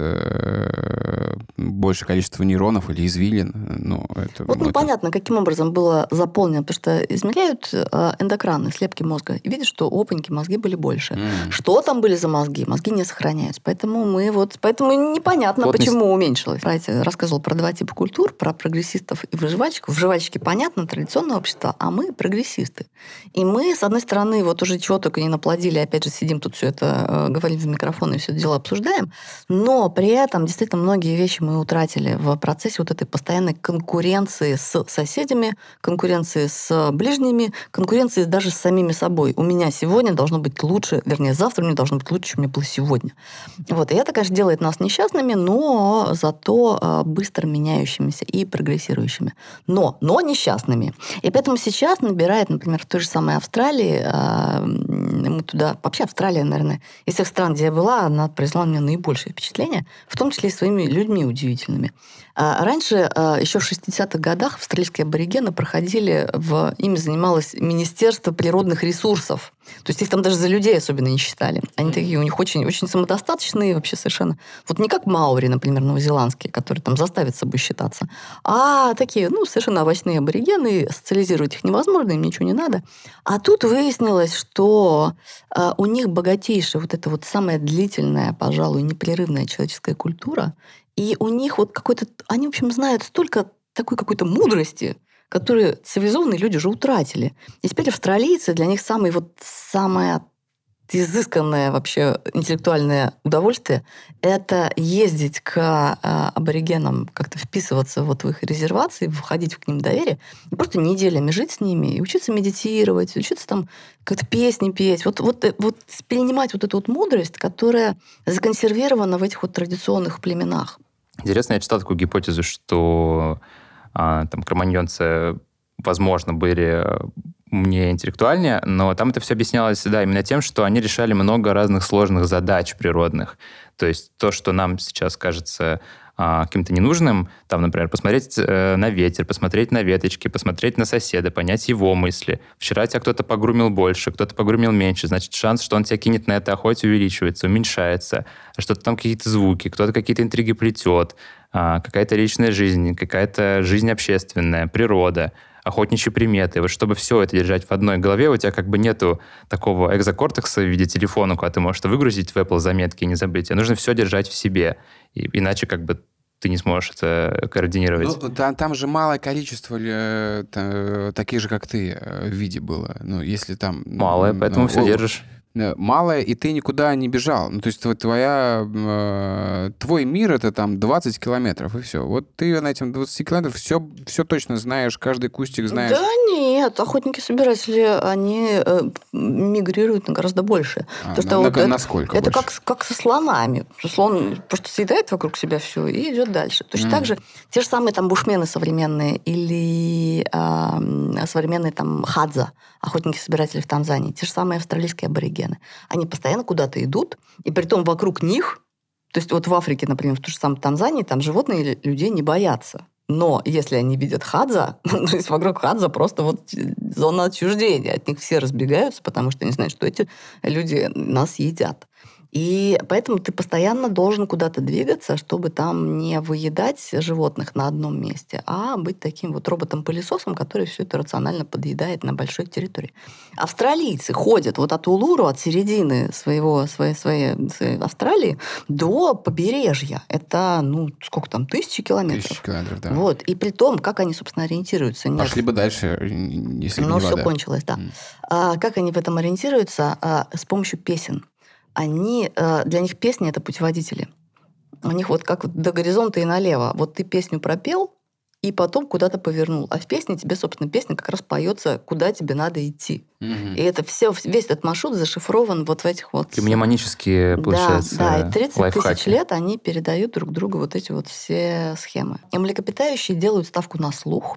Speaker 1: большее количество нейронов или извилин.
Speaker 2: Непонятно, каким образом было заполнено, потому что измеряют эндокранные слепки мозга и видят, что опаньки, мозги были больше. Что там были за мозги? Мозги не сохраняются. Поэтому непонятно, почему уменьшилось. Рассказывал про два типа культур, про прогрессистов и выживальщиков. Выживальщики, понятно, традиционное общество, а мы прогрессисты. И мы, с одной стороны, уже чего только не наплодили, опять же, сидим тут все это, говорим в микрофон и все это дело обсуждаем, но при этом действительно многие вещи мы утратили в процессе вот этой постоянной конкуренции с соседями, конкуренции с ближними, конкуренции даже с самими собой. У меня сегодня должно быть лучше, вернее, завтра мне должно быть лучше, чем мне было сегодня. Вот. И это, конечно, делает нас несчастными, но зато быстро меняющимися и прогрессирующими. Но несчастными. И поэтому сейчас набирает, например, в той же самой Австралии, мы туда... Вообще Австралия, наверное, из всех стран, где я была, она произвела на меня наибольшее впечатление, в том числе и своими людьми удивительными. Раньше, еще в 60-х годах, австралийские аборигены ими занималось Министерство природных ресурсов. То есть их там даже за людей особенно не считали. Они такие, у них очень, очень самодостаточные вообще совершенно. Вот не как маори, например, новозеландские, которые там заставят собой считаться, а такие, совершенно овощные аборигены, социализировать их невозможно, им ничего не надо. А тут выяснилось, что у них богатейшая вот эта вот самая длительная, пожалуй, непрерывная человеческая культура, и у них они, в общем, знают столько такой какой-то мудрости, которые цивилизованные люди уже утратили. И теперь австралийцы, для них самое изысканное вообще интеллектуальное удовольствие – это ездить к аборигенам, как-то вписываться в их резервации, входить к ним в доверие, и просто неделями жить с ними, и учиться медитировать, учиться там как-то песни петь, перенимать вот эту вот мудрость, которая законсервирована в этих вот традиционных племенах.
Speaker 3: Интересно, я читал такую гипотезу, что там кроманьонцы, возможно, были умнее, интеллектуальнее, но там это все объяснялось, да, именно тем, что они решали много разных сложных задач природных. То есть то, что нам сейчас кажется каким-то ненужным, там, например, посмотреть на ветер, посмотреть на веточки, посмотреть на соседа, понять его мысли. Вчера тебя кто-то погрумил больше, кто-то погрумил меньше, значит, шанс, что он тебя кинет на этой охоте, увеличивается, уменьшается. Что-то там какие-то звуки, кто-то какие-то интриги плетет, какая-то личная жизнь, какая-то жизнь общественная, природа, охотничьи приметы. Вот чтобы все это держать в одной голове, у тебя как бы нету такого экзокортекса в виде телефона, куда ты можешь выгрузить в Apple заметки и не забыть. Тебе нужно все держать в себе. Иначе как бы ты не сможешь это координировать.
Speaker 1: Ну, там же малое количество таких же, как ты, в виде было. Ну, если там...
Speaker 3: Малое, поэтому все держишь.
Speaker 1: Малое, и ты никуда не бежал. Ну, то есть твой мир — это там 20 километров, и все. Вот ты на этих 20 километрах все точно знаешь, каждый кустик знаешь.
Speaker 2: Да нет, охотники-собиратели, они мигрируют на гораздо больше.
Speaker 1: Насколько
Speaker 2: это
Speaker 1: больше?
Speaker 2: как со слонами. Слон просто съедает вокруг себя все и идет дальше. Точно так же те же самые там бушмены современные или современные там хадза, охотники-собиратели в Танзании, те же самые австралийские аборигены. Они постоянно куда-то идут, и притом вокруг них, то есть вот в Африке, например, в той же самой Танзании, там животные людей не боятся. Но если они видят хадза, то есть вокруг хадза просто вот зона отчуждения, от них все разбегаются, потому что они знают, что эти люди нас едят. И поэтому ты постоянно должен куда-то двигаться, чтобы там не выедать животных на одном месте, а быть таким вот роботом-пылесосом, который все это рационально подъедает на большой территории. Австралийцы ходят вот от Улуру, от середины своей Австралии до побережья. Это, сколько там, 1000 километров.
Speaker 1: 1000 километров, да.
Speaker 2: Вот. И при том, как они, собственно, ориентируются. Нет.
Speaker 1: Пошли бы дальше, если бы не вода.
Speaker 2: Все кончилось, да. Как они в этом ориентируются? С помощью песен. Для них песни — это путеводители. У них вот как до горизонта и налево. Вот ты песню пропел, и потом куда-то повернул. А в песне тебе, собственно, песня как раз поется, куда тебе надо идти. И это весь этот маршрут зашифрован вот в этих вот...
Speaker 3: Мнемонические, получается,
Speaker 2: Да, и 30
Speaker 3: лайфхаки.
Speaker 2: тысяч лет они передают друг другу вот эти вот все схемы. И млекопитающие делают ставку на слух.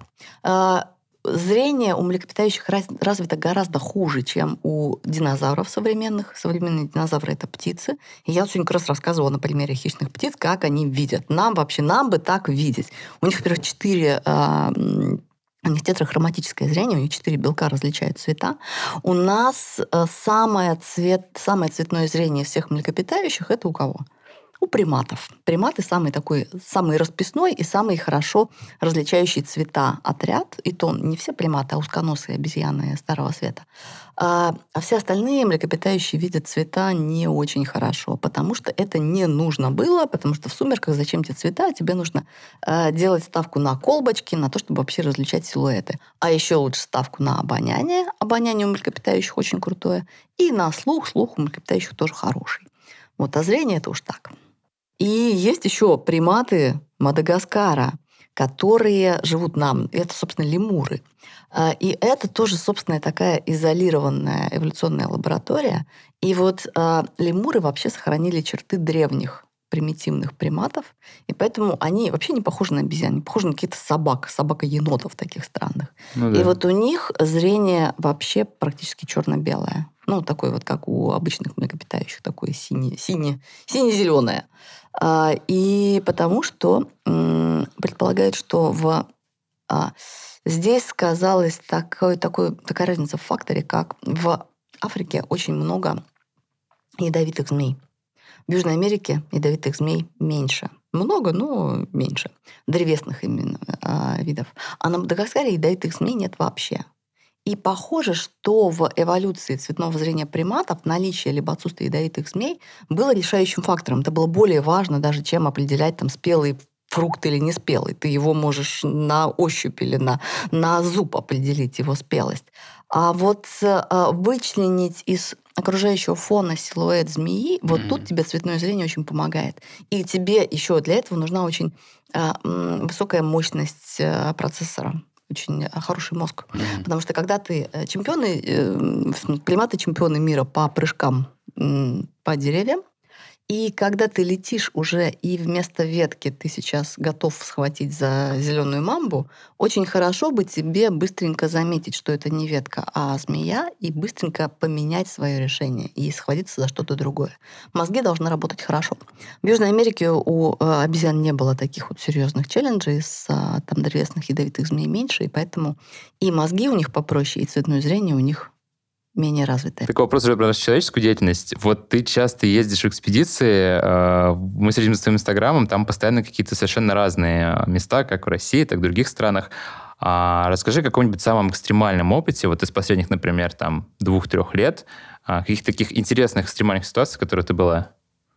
Speaker 2: Зрение у млекопитающих развито гораздо хуже, чем у динозавров современных. Современные динозавры — это птицы. И я сегодня как раз рассказывала на примере хищных птиц, как они видят. Нам бы так видеть. У них, во-первых, 4... У них тетрахроматическое зрение, у них 4 белка различают цвета. У нас самое цветное зрение всех млекопитающих — это у кого? У приматов. Приматы самый расписной и самый хорошо различающий цвета отряд. И то не все приматы, а узконосые обезьяны Старого Света. А все остальные млекопитающие видят цвета не очень хорошо, потому что это не нужно было, потому что в сумерках зачем тебе цвета? Тебе нужно делать ставку на колбочки, на то, чтобы вообще различать силуэты. А еще лучше ставку на обоняние. Обоняние у млекопитающих очень крутое. И на слух. Слух у млекопитающих тоже хороший. Вот, а зрение — это уж так. И есть еще приматы Мадагаскара, которые живут нам. Это, собственно, лемуры. И это тоже, собственно, такая изолированная эволюционная лаборатория. И вот лемуры вообще сохранили черты древних примитивных приматов, и поэтому они вообще не похожи на обезьян, они похожи на каких-то собак-енотов таких странных.
Speaker 3: Ну, да.
Speaker 2: И вот у них зрение вообще практически черно-белое. Такой вот, как у обычных млекопитающих, такое сине-зеленое. И потому что предполагают, что здесь сказалась такая разница в факторе, как в Африке очень много ядовитых змей. В Южной Америке ядовитых змей меньше. Много, но меньше. Древесных именно видов. А на Мадагаскаре ядовитых змей нет вообще. И похоже, что в эволюции цветного зрения приматов наличие либо отсутствие ядовитых змей было решающим фактором. Это было более важно даже, чем определять там спелый фрукт или не спелый. Ты его можешь на ощупь или на зуб определить его спелость. А вот вычленить из окружающего фона силуэт змеи, вот тут тебе цветное зрение очень помогает. И тебе еще для этого нужна очень высокая мощность процессора. Очень хороший мозг. Потому что когда ты приматы чемпионы мира по прыжкам по деревьям, И когда ты летишь уже, и вместо ветки ты сейчас готов схватить за зеленую мамбу, очень хорошо бы тебе быстренько заметить, что это не ветка, а змея, и быстренько поменять свое решение и схватиться за что-то другое. Мозги должны работать хорошо. В Южной Америке у обезьян не было таких вот серьезных челленджей, с там древесных ядовитых змей меньше, и поэтому и мозги у них попроще, и цветное зрение у них менее развитые.
Speaker 3: Такой вопрос уже про нашу человеческую деятельность. Вот ты часто ездишь в экспедиции, мы следим за твоим инстаграмом, там постоянно какие-то совершенно разные места, как в России, так и в других странах. Расскажи о каком-нибудь самом экстремальном опыте, вот из последних, например, там 2-3 лет, каких-то таких интересных экстремальных ситуаций, в которых ты была.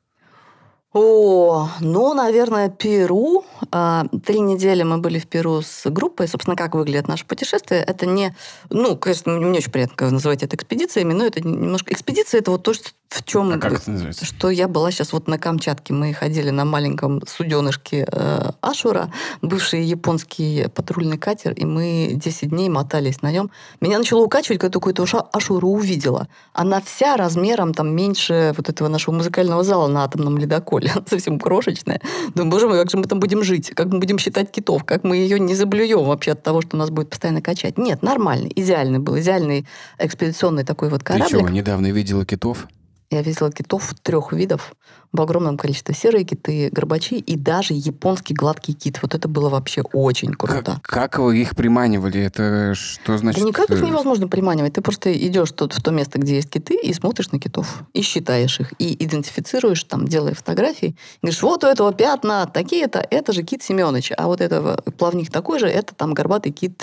Speaker 2: Наверное, Перу. 3 недели мы были в Перу с группой. Собственно, как выглядит наше путешествие? Это не... конечно, мне очень приятно называть это экспедициями, но это немножко... Экспедиция – это вот то, в чем...
Speaker 1: А как это называется?
Speaker 2: Что я была сейчас вот на Камчатке. Мы ходили на маленьком суденышке Ашура, бывший японский патрульный катер, и мы 10 дней мотались на нем. Меня начало укачивать, когда какую-то Ашуру увидела. Она вся размером там меньше вот этого нашего музыкального зала на атомном ледоколе. Она совсем крошечная. Думаю, боже мой, как же мы там будем жить? Как мы будем считать китов? Как мы ее не заблюем вообще от того, что нас будет постоянно качать? Нет, нормальный, идеальный был. Идеальный экспедиционный такой вот кораблик.
Speaker 1: Ты что, недавно видела китов?
Speaker 2: Я видела китов 3 видов в огромном количестве. Серые киты, горбачи и даже японский гладкий кит. Вот это было вообще очень круто.
Speaker 1: Как вы их приманивали? Это что значит?
Speaker 2: Да никак их невозможно приманивать. Ты просто идешь тут в то место, где есть киты, и смотришь на китов, и считаешь их, и идентифицируешь, там, делая фотографии. И говоришь, вот у этого пятна такие-то, это же кит Семенович, а вот этого плавник такой же, это там горбатый кит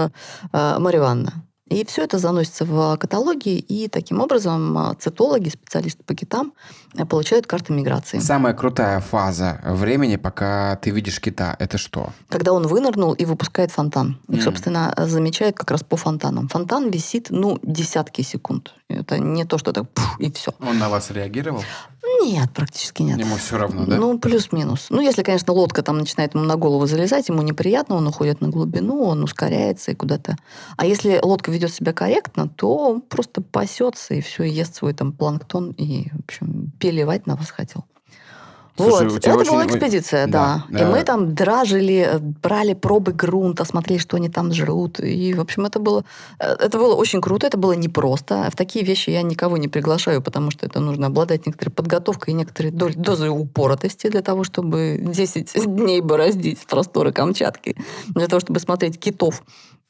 Speaker 2: Марья Ивановна. И все это заносится в каталоги, и таким образом цитологи, специалисты по китам, получают карты миграции.
Speaker 1: Самая крутая фаза времени, пока ты видишь кита, это что?
Speaker 2: Когда он вынырнул и выпускает фонтан. Их, собственно, замечают как раз по фонтанам. Фонтан висит, десятки секунд. Это не то, что так, и все.
Speaker 1: Он на вас реагировал?
Speaker 2: Нет, практически нет.
Speaker 1: Ему все равно, да?
Speaker 2: Плюс-минус. Если, конечно, лодка там начинает ему на голову залезать, ему неприятно, он уходит на глубину, он ускоряется и куда-то. А если лодка ведет себя корректно, то он просто пасется и все, ест свой там планктон и, в общем, переливать на вас хотел.
Speaker 1: Слушай,
Speaker 2: это была экспедиция, да. И мы там дражили, брали пробы грунта, смотрели, что они там жрут. И, в общем, это было очень круто, это было непросто. В такие вещи я никого не приглашаю, потому что это нужно обладать некоторой подготовкой и некоторой дозой упоротости для того, чтобы 10 дней бороздить просторы Камчатки, для того, чтобы смотреть китов.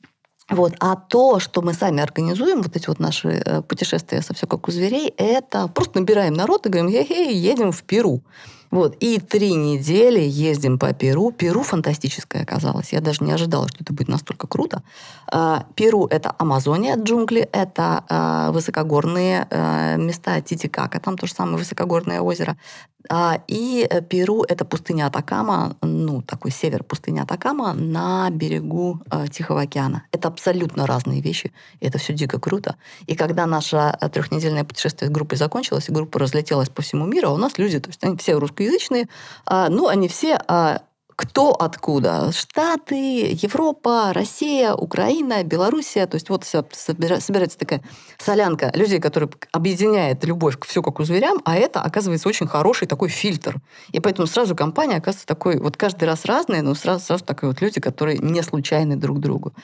Speaker 2: А то, что мы сами организуем, вот эти вот наши путешествия со «Все как у зверей», это просто набираем народ и говорим, едем в Перу. И 3 недели ездим по Перу. Перу фантастическое оказалось. Я даже не ожидала, что это будет настолько круто. Перу – это Амазония, джунгли, это высокогорные места Титикака, там то же самое высокогорное озеро. И Перу – это пустыня Атакама, такой север пустыни Атакама на берегу Тихого океана. Это абсолютно разные вещи, и это все дико круто. И когда наше 3-недельное путешествие с группой закончилось, и группа разлетелась по всему миру, а у нас люди, то есть они все русскоязычные, они все... Кто откуда? Штаты, Европа, Россия, Украина, Белоруссия. То есть собирается такая солянка людей, которая объединяет любовь к «Все как у зверям», а это, оказывается, очень хороший такой фильтр. И поэтому сразу компания оказывается такой, каждый раз разная, но сразу такой люди, которые не случайны друг другу.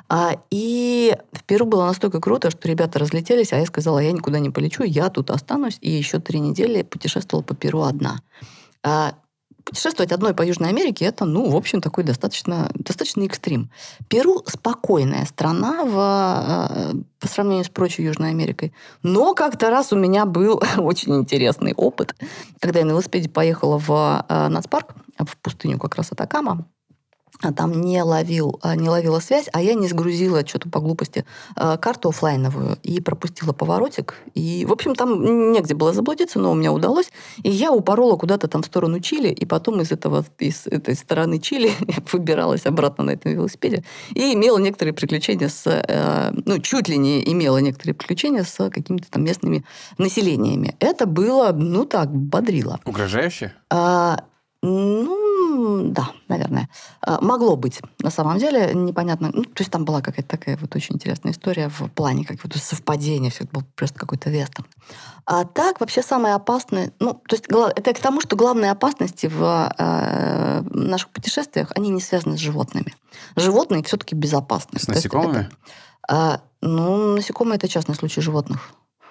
Speaker 2: И в Перу было настолько круто, что ребята разлетелись, а я сказала, я никуда не полечу, я тут останусь. И еще 3 недели путешествовала по Перу одна. Путешествовать одной по Южной Америке – это, в общем, такой достаточно экстрим. Перу – спокойная страна по сравнению с прочей Южной Америкой. Но как-то раз у меня был очень интересный опыт, когда я на велосипеде поехала в нацпарк, в пустыню как раз Атакама. Там не ловила связь, а я не сгрузила что-то по глупости карту оффлайновую и пропустила поворотик. И, в общем, там негде было заблудиться, но у меня удалось. И я упорола куда-то там в сторону Чили, и потом из этой стороны Чили выбиралась обратно на этом велосипеде. И имела некоторые приключения чуть ли не имела некоторые приключения с какими-то там местными населениями. Это было, бодрило.
Speaker 1: Угрожающе?
Speaker 2: Да, наверное. Могло быть, на самом деле, непонятно. То есть там была какая-то такая вот очень интересная история в плане какого-то совпадения, все это был просто какой-то вестерн. А так, вообще, самое опасное... то есть это к тому, что главные опасности в наших путешествиях, они не связаны с животными. Животные все-таки безопасны.
Speaker 1: С насекомыми?
Speaker 2: Насекомые – это частный случай животных.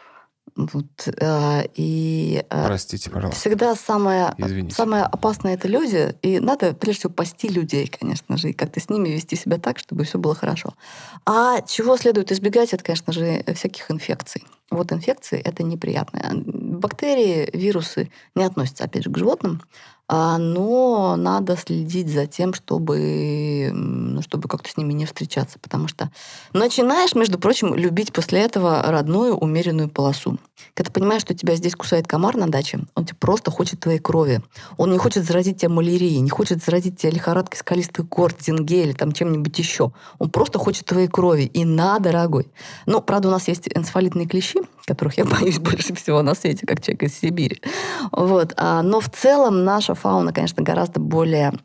Speaker 1: Простите, пожалуйста.
Speaker 2: Всегда самое
Speaker 1: Извините.
Speaker 2: опасное – это люди. И надо, прежде всего, пасти людей, конечно же, и как-то с ними вести себя так, чтобы все было хорошо. А чего следует избегать, это, конечно же, всяких инфекций. Вот инфекции – это неприятно. Бактерии, вирусы не относятся, опять же, к животным, но надо следить за тем, чтобы как-то с ними не встречаться, потому что начинаешь, между прочим, любить после этого родную умеренную полосу. Когда ты понимаешь, что тебя здесь кусает комар на даче, он тебе просто хочет твоей крови. Он не хочет заразить тебя малярией, не хочет заразить тебя лихорадкой скалистых гор, денге или там чем-нибудь еще. Он просто хочет твоей крови. И на, дорогой. Правда, у нас есть энцефалитные клещи, которых я боюсь больше всего на свете, как человек из Сибири. Но в целом наша фауна, конечно, гораздо более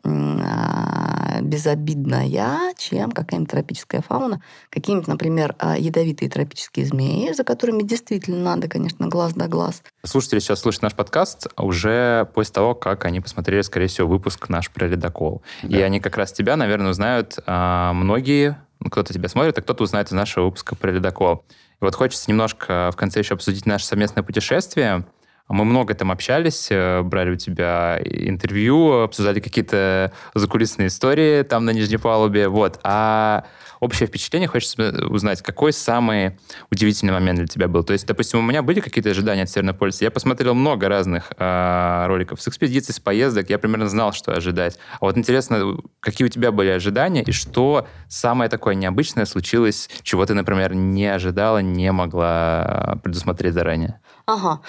Speaker 2: безобидная, чем какая-нибудь тропическая фауна. Какие-нибудь, например, ядовитые тропические змеи, за которыми действительно надо, конечно, глаз да глаз.
Speaker 3: Слушатели сейчас слушают наш подкаст уже после того, как они посмотрели, скорее всего, выпуск наш про ледокол. Да. И они как раз тебя, наверное, узнают многие, кто-то тебя смотрит, а кто-то узнает из нашего выпуска про ледокол. И вот хочется немножко в конце еще обсудить наше совместное путешествие. Мы много там общались, брали у тебя интервью, обсуждали какие-то закулисные истории там на нижней палубе. А общее впечатление хочется узнать, какой самый удивительный момент для тебя был. То есть, допустим, у меня были какие-то ожидания от Северного полюса. Я посмотрел много разных роликов с экспедиций, с поездок. Я примерно знал, что ожидать. А вот интересно, какие у тебя были ожидания и что самое такое необычное случилось, чего ты, например, не ожидала, не могла предусмотреть заранее?
Speaker 2: Ага.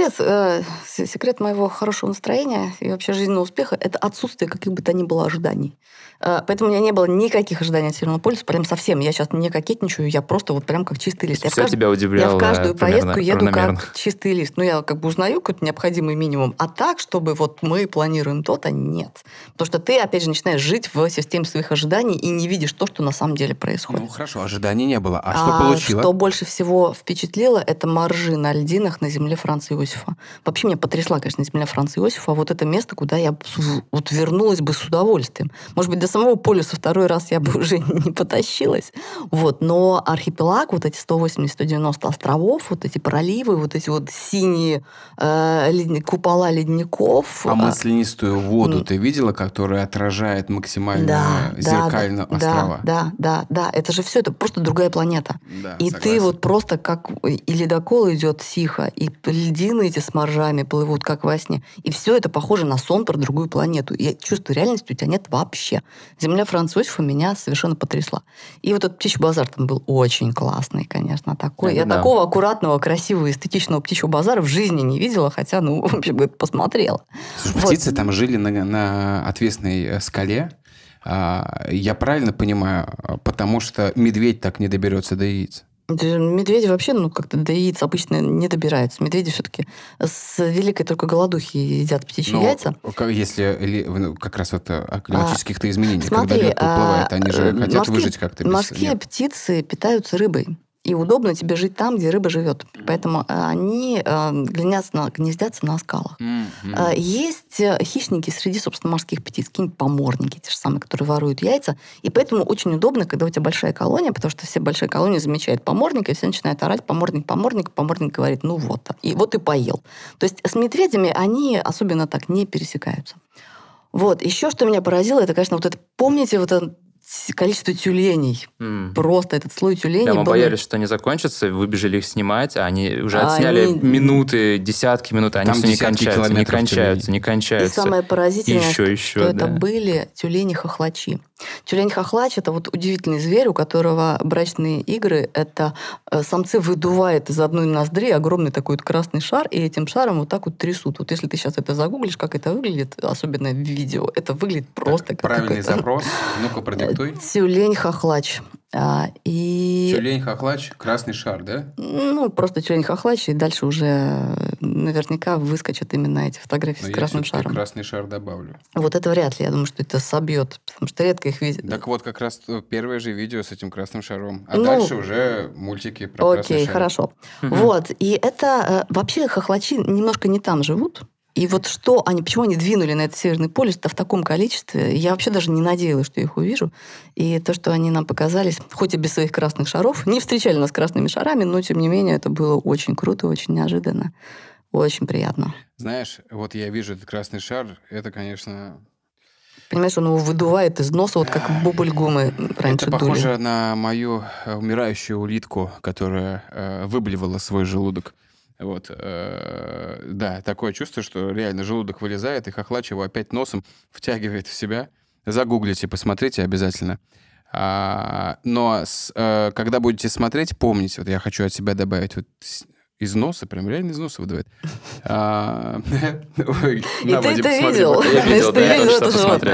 Speaker 2: Секрет моего хорошего настроения и вообще жизненного успеха – это отсутствие каких бы то ни было ожиданий. Поэтому у меня не было никаких ожиданий от Северного полюса, прям совсем. Я сейчас не кокетничаю, я просто вот прям как чистый лист.
Speaker 3: Все тебя удивляло.
Speaker 2: Я в каждую поездку еду
Speaker 3: равномерно.
Speaker 2: как чистый лист. Я как бы узнаю какой-то необходимый минимум. А так, чтобы вот мы планируем то-то, нет. Потому что ты, опять же, начинаешь жить в системе своих ожиданий и не видишь то, что на самом деле происходит.
Speaker 1: Хорошо, ожиданий не было. А что получила?
Speaker 2: Что больше всего впечатлило, это моржи на льдинах на земле Франца Иосифа. Вообще меня потрясла, конечно, земля Франца Иосифа. Вот это место, куда я вот вернулась бы с удовольствием. Может быть, до самого полюса второй раз я бы уже не потащилась. Но архипелаг, вот эти 180-190 островов, вот эти проливы, вот эти вот синие купола ледников.
Speaker 1: А маслянистую воду ты видела, которая отражает максимально зеркально острова?
Speaker 2: Да. Это же все, это просто другая планета.
Speaker 1: Да,
Speaker 2: и
Speaker 1: согласен.
Speaker 2: ты вот просто как... И ледокол идет тихо, и льдины эти с моржами плывут, как во сне. И все это похоже на сон про другую планету. И чувство реальности у тебя нет вообще. Земля Франца Иосифа меня совершенно потрясла. И вот этот птичий базар там был очень классный, конечно, такой. Я такого аккуратного, красивого, эстетичного птичьего базара в жизни не видела, хотя, вообще бы посмотрела.
Speaker 1: Слушай, птицы там жили на отвесной скале. Я правильно понимаю? Потому что медведь так не доберется до яиц.
Speaker 2: Медведи вообще, как-то до яиц обычно не добираются. Медведи все-таки с великой только голодухи едят птичьи яйца.
Speaker 1: Если как раз о климатических-то изменениях, когда лед уплывает, они же хотят выжить как-то без...
Speaker 2: Морские птицы питаются рыбой. И удобно тебе жить там, где рыба живет. Поэтому они гнездятся на скалах. Есть хищники среди, собственно, морских птиц, какие-нибудь поморники, те же самые, которые воруют яйца. И поэтому очень удобно, когда у тебя большая колония, потому что все большие колонии замечают поморника, и все начинают орать: поморник. Поморник говорит: и поел. То есть с медведями они особенно так не пересекаются. Еще что меня поразило, это, конечно, помните, это количество тюленей. Просто этот слой тюленей.
Speaker 3: Да, мы боялись, что они закончатся, выбежали их снимать, а они уже отсняли минуты, десятки минут, а они все не кончаются.
Speaker 2: И самое поразительное,
Speaker 3: что
Speaker 2: это были тюлени-хохлачи. Тюлень-хохлач – это удивительный зверь, у которого брачные игры – это самцы выдувают из одной ноздри огромный такой красный шар, и этим шаром вот так вот трясут. Если ты сейчас это загуглишь, как это выглядит, особенно в видео, это выглядит просто как...
Speaker 1: Правильный запрос. Ну-ка, продиктуй.
Speaker 2: Тюлень-хохлач.
Speaker 1: Тюлень-хохлач, красный шар, да?
Speaker 2: Ну, просто тюлень-хохлач, и дальше уже наверняка выскочат именно эти фотографии
Speaker 1: Но
Speaker 2: с
Speaker 1: я
Speaker 2: красным
Speaker 1: все-таки
Speaker 2: шаром.
Speaker 1: красный шар добавлю.
Speaker 2: Вот это вряд ли. Я думаю, что это собьет, потому что редко их видят.
Speaker 1: Так вот, как раз первое же видео с этим красным шаром. А
Speaker 2: Ну,
Speaker 1: дальше уже мультики про красный
Speaker 2: окей,
Speaker 1: шарик.
Speaker 2: хорошо. Вот. И это вообще хохлачи немножко не там живут. И вот почему они двинули на этот Северный полюс-то в таком количестве, я вообще даже не надеялась, что их увижу. И то, что они нам показались, хоть и без своих красных шаров, не встречали нас красными шарами, но, тем не менее, это было очень круто, очень неожиданно, очень приятно.
Speaker 1: Знаешь, вот я вижу этот красный шар, это, конечно...
Speaker 2: Понимаешь, он его выдувает из носа, вот как бубль-гумы раньше
Speaker 1: Это похоже
Speaker 2: дули.
Speaker 1: на мою умирающую улитку, которая выблевала свой желудок. Вот. Да, такое чувство, что реально желудок вылезает, и хохлач его опять носом втягивает в себя. Загуглите, посмотрите обязательно. Но когда будете смотреть, помните, вот я хочу от себя добавить, вот из носа, прям реально из носа выдувает.
Speaker 2: И ты это видел?
Speaker 3: Я видел, да, я тоже посмотрел.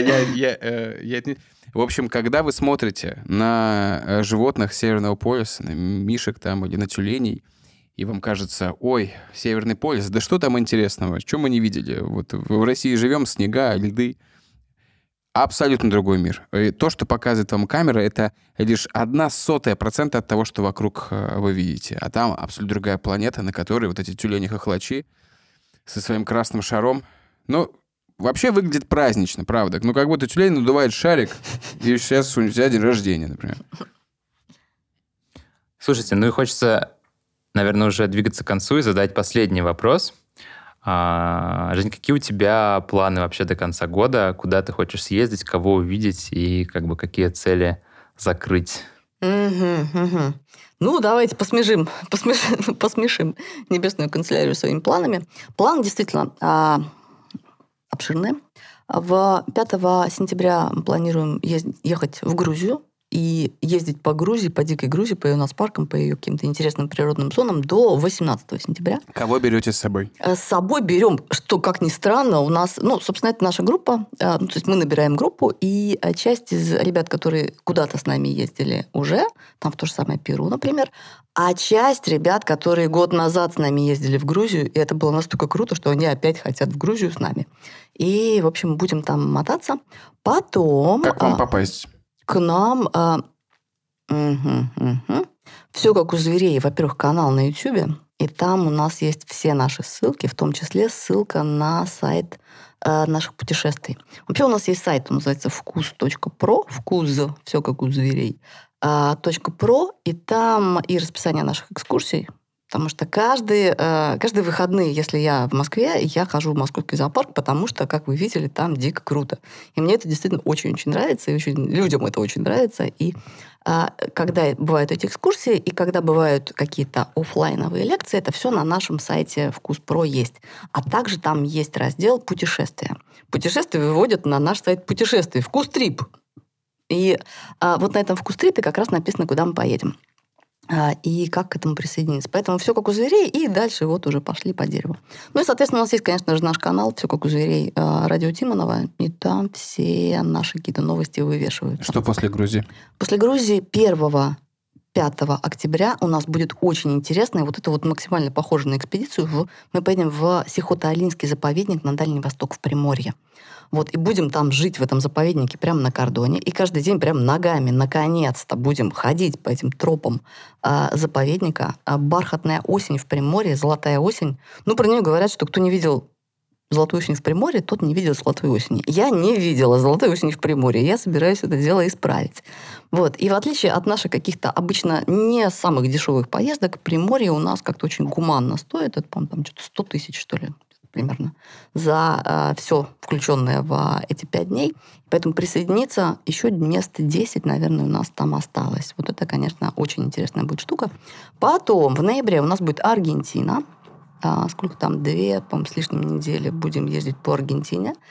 Speaker 1: В общем, когда вы смотрите на животных Северного полюса, на мишек там или на тюленей, и вам кажется, ой, Северный полюс, да что там интересного, что мы не видели? Вот в России живем, снега, льды. Абсолютно другой мир. И то, что показывает вам камера, это лишь 0,01% от того, что вокруг вы видите. А там абсолютно другая планета, на которой вот эти тюлени-хохлачи со своим красным шаром. Ну, вообще выглядит празднично, правда. Ну, как будто тюлень надувает шарик, и сейчас у тебя день рождения, например.
Speaker 3: Слушайте, ну и хочется, наверное, уже двигаться к концу и задать последний вопрос. Жень, какие у тебя планы вообще до конца года? Куда ты хочешь съездить, кого увидеть и как бы какие цели закрыть?
Speaker 2: Ну, давайте посмешим Небесную канцелярию своими планами. План действительно обширный. 5 сентября мы планируем ехать в Грузию и ездить по Грузии, по дикой Грузии, по ее нацпаркам, по ее каким-то интересным природным зонам до 18 сентября.
Speaker 1: Кого берете с собой?
Speaker 2: С собой берем, что, как ни странно, у нас... Ну, собственно, это наша группа. То есть мы набираем группу, и часть из ребят, которые куда-то с нами ездили уже, там в то же самое Перу, например, а часть ребят, которые год назад с нами ездили в Грузию, и это было настолько круто, что они опять хотят в Грузию с нами. И, в общем, будем там мотаться. Потом...
Speaker 1: Как вам попасть?
Speaker 2: К нам... Все как у зверей. Во-первых, канал на YouTube, и там у нас есть все наши ссылки, в том числе ссылка на сайт наших путешествий. Вообще у нас есть сайт, он называется вкус.про, вкус, все как у зверей, .про, и там и расписание наших экскурсий, потому что каждые выходные, если я в Москве, я хожу в московский зоопарк, потому что, как вы видели, там дико круто. И мне это действительно очень-очень нравится, и людям это очень нравится. И когда бывают эти экскурсии, и когда бывают какие-то офлайновые лекции, это все на нашем сайте Вкус.про есть. А также там есть раздел «Путешествия». Путешествия выводят на наш сайт «Путешествия», «Вкус-трип». И вот на этом «Вкус-трипе» как раз написано, куда мы поедем и как к этому присоединиться. Поэтому все как у зверей, и дальше вот уже пошли по дереву. Ну и, соответственно, у нас есть, конечно же, наш канал «Все как у зверей» Радио Тимонова, и там все наши какие-то новости вывешиваются.
Speaker 1: Что после Грузии?
Speaker 2: После Грузии 5 октября у нас будет очень интересно, и вот это вот максимально похоже на экспедицию. Мы поедем в Сихотэ-Алинский заповедник на Дальний Восток в Приморье. Вот, и будем там жить в этом заповеднике прямо на кордоне. И каждый день прям ногами, наконец-то, будем ходить по этим тропам заповедника. Бархатная осень в Приморье, золотая осень. Ну, про нее говорят, что кто не видел «Золотую осень в Приморье», тот не видел «Золотой осени». Я не видела «Золотой осени в Приморье». Я собираюсь это дело исправить. Вот. И в отличие от наших каких-то обычно не самых дешевых поездок, Приморье у нас как-то очень гуманно стоит. Это, по-моему, там что-то 100 тысяч, что ли, примерно, за все включенное в эти 5 дней. Поэтому присоединиться еще мест 10, наверное, у нас там осталось. Вот это, конечно, очень интересная будет штука. Потом в ноябре у нас будет Аргентина. Сколько там, 2, по-моему, с лишним недели будем ездить по Аргентине.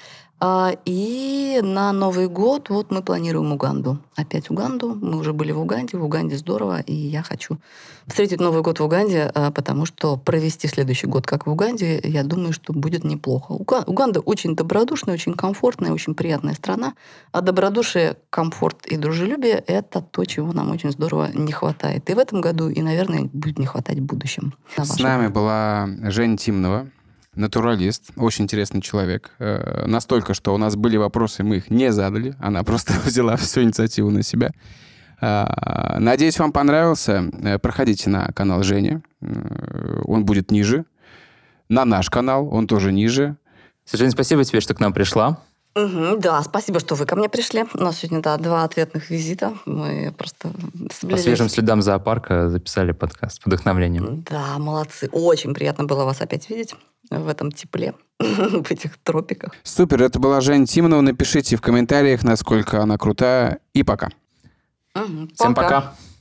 Speaker 2: И на Новый год вот мы планируем Уганду. Опять Уганду. Мы уже были в Уганде. В Уганде здорово. И я хочу встретить Новый год в Уганде, потому что провести следующий год как в Уганде, я думаю, что будет неплохо. Уганда очень добродушная, очень комфортная, очень приятная страна. А добродушие, комфорт и дружелюбие – это то, чего нам очень здорово не хватает. И в этом году, и, наверное, будет не хватать в будущем.
Speaker 1: С нами была Женя Тимнова, натуралист, очень интересный человек. Настолько, что у нас были вопросы, мы их не задали. Она просто взяла всю инициативу на себя. Надеюсь, вам понравился. Проходите на канал Жени. Он будет ниже. На наш канал он тоже ниже.
Speaker 3: Жень, спасибо тебе, что к нам пришла.
Speaker 2: Да, спасибо, что вы ко мне пришли. У нас сегодня, 2 ответных визита. Мы просто
Speaker 3: По свежим следам зоопарка записали подкаст с вдохновлением.
Speaker 2: Да, молодцы. Очень приятно было вас опять видеть в этом тепле, в этих тропиках.
Speaker 1: Супер, это была Женя Тимонова. Напишите в комментариях, насколько она крутая. И пока.
Speaker 3: Всем пока.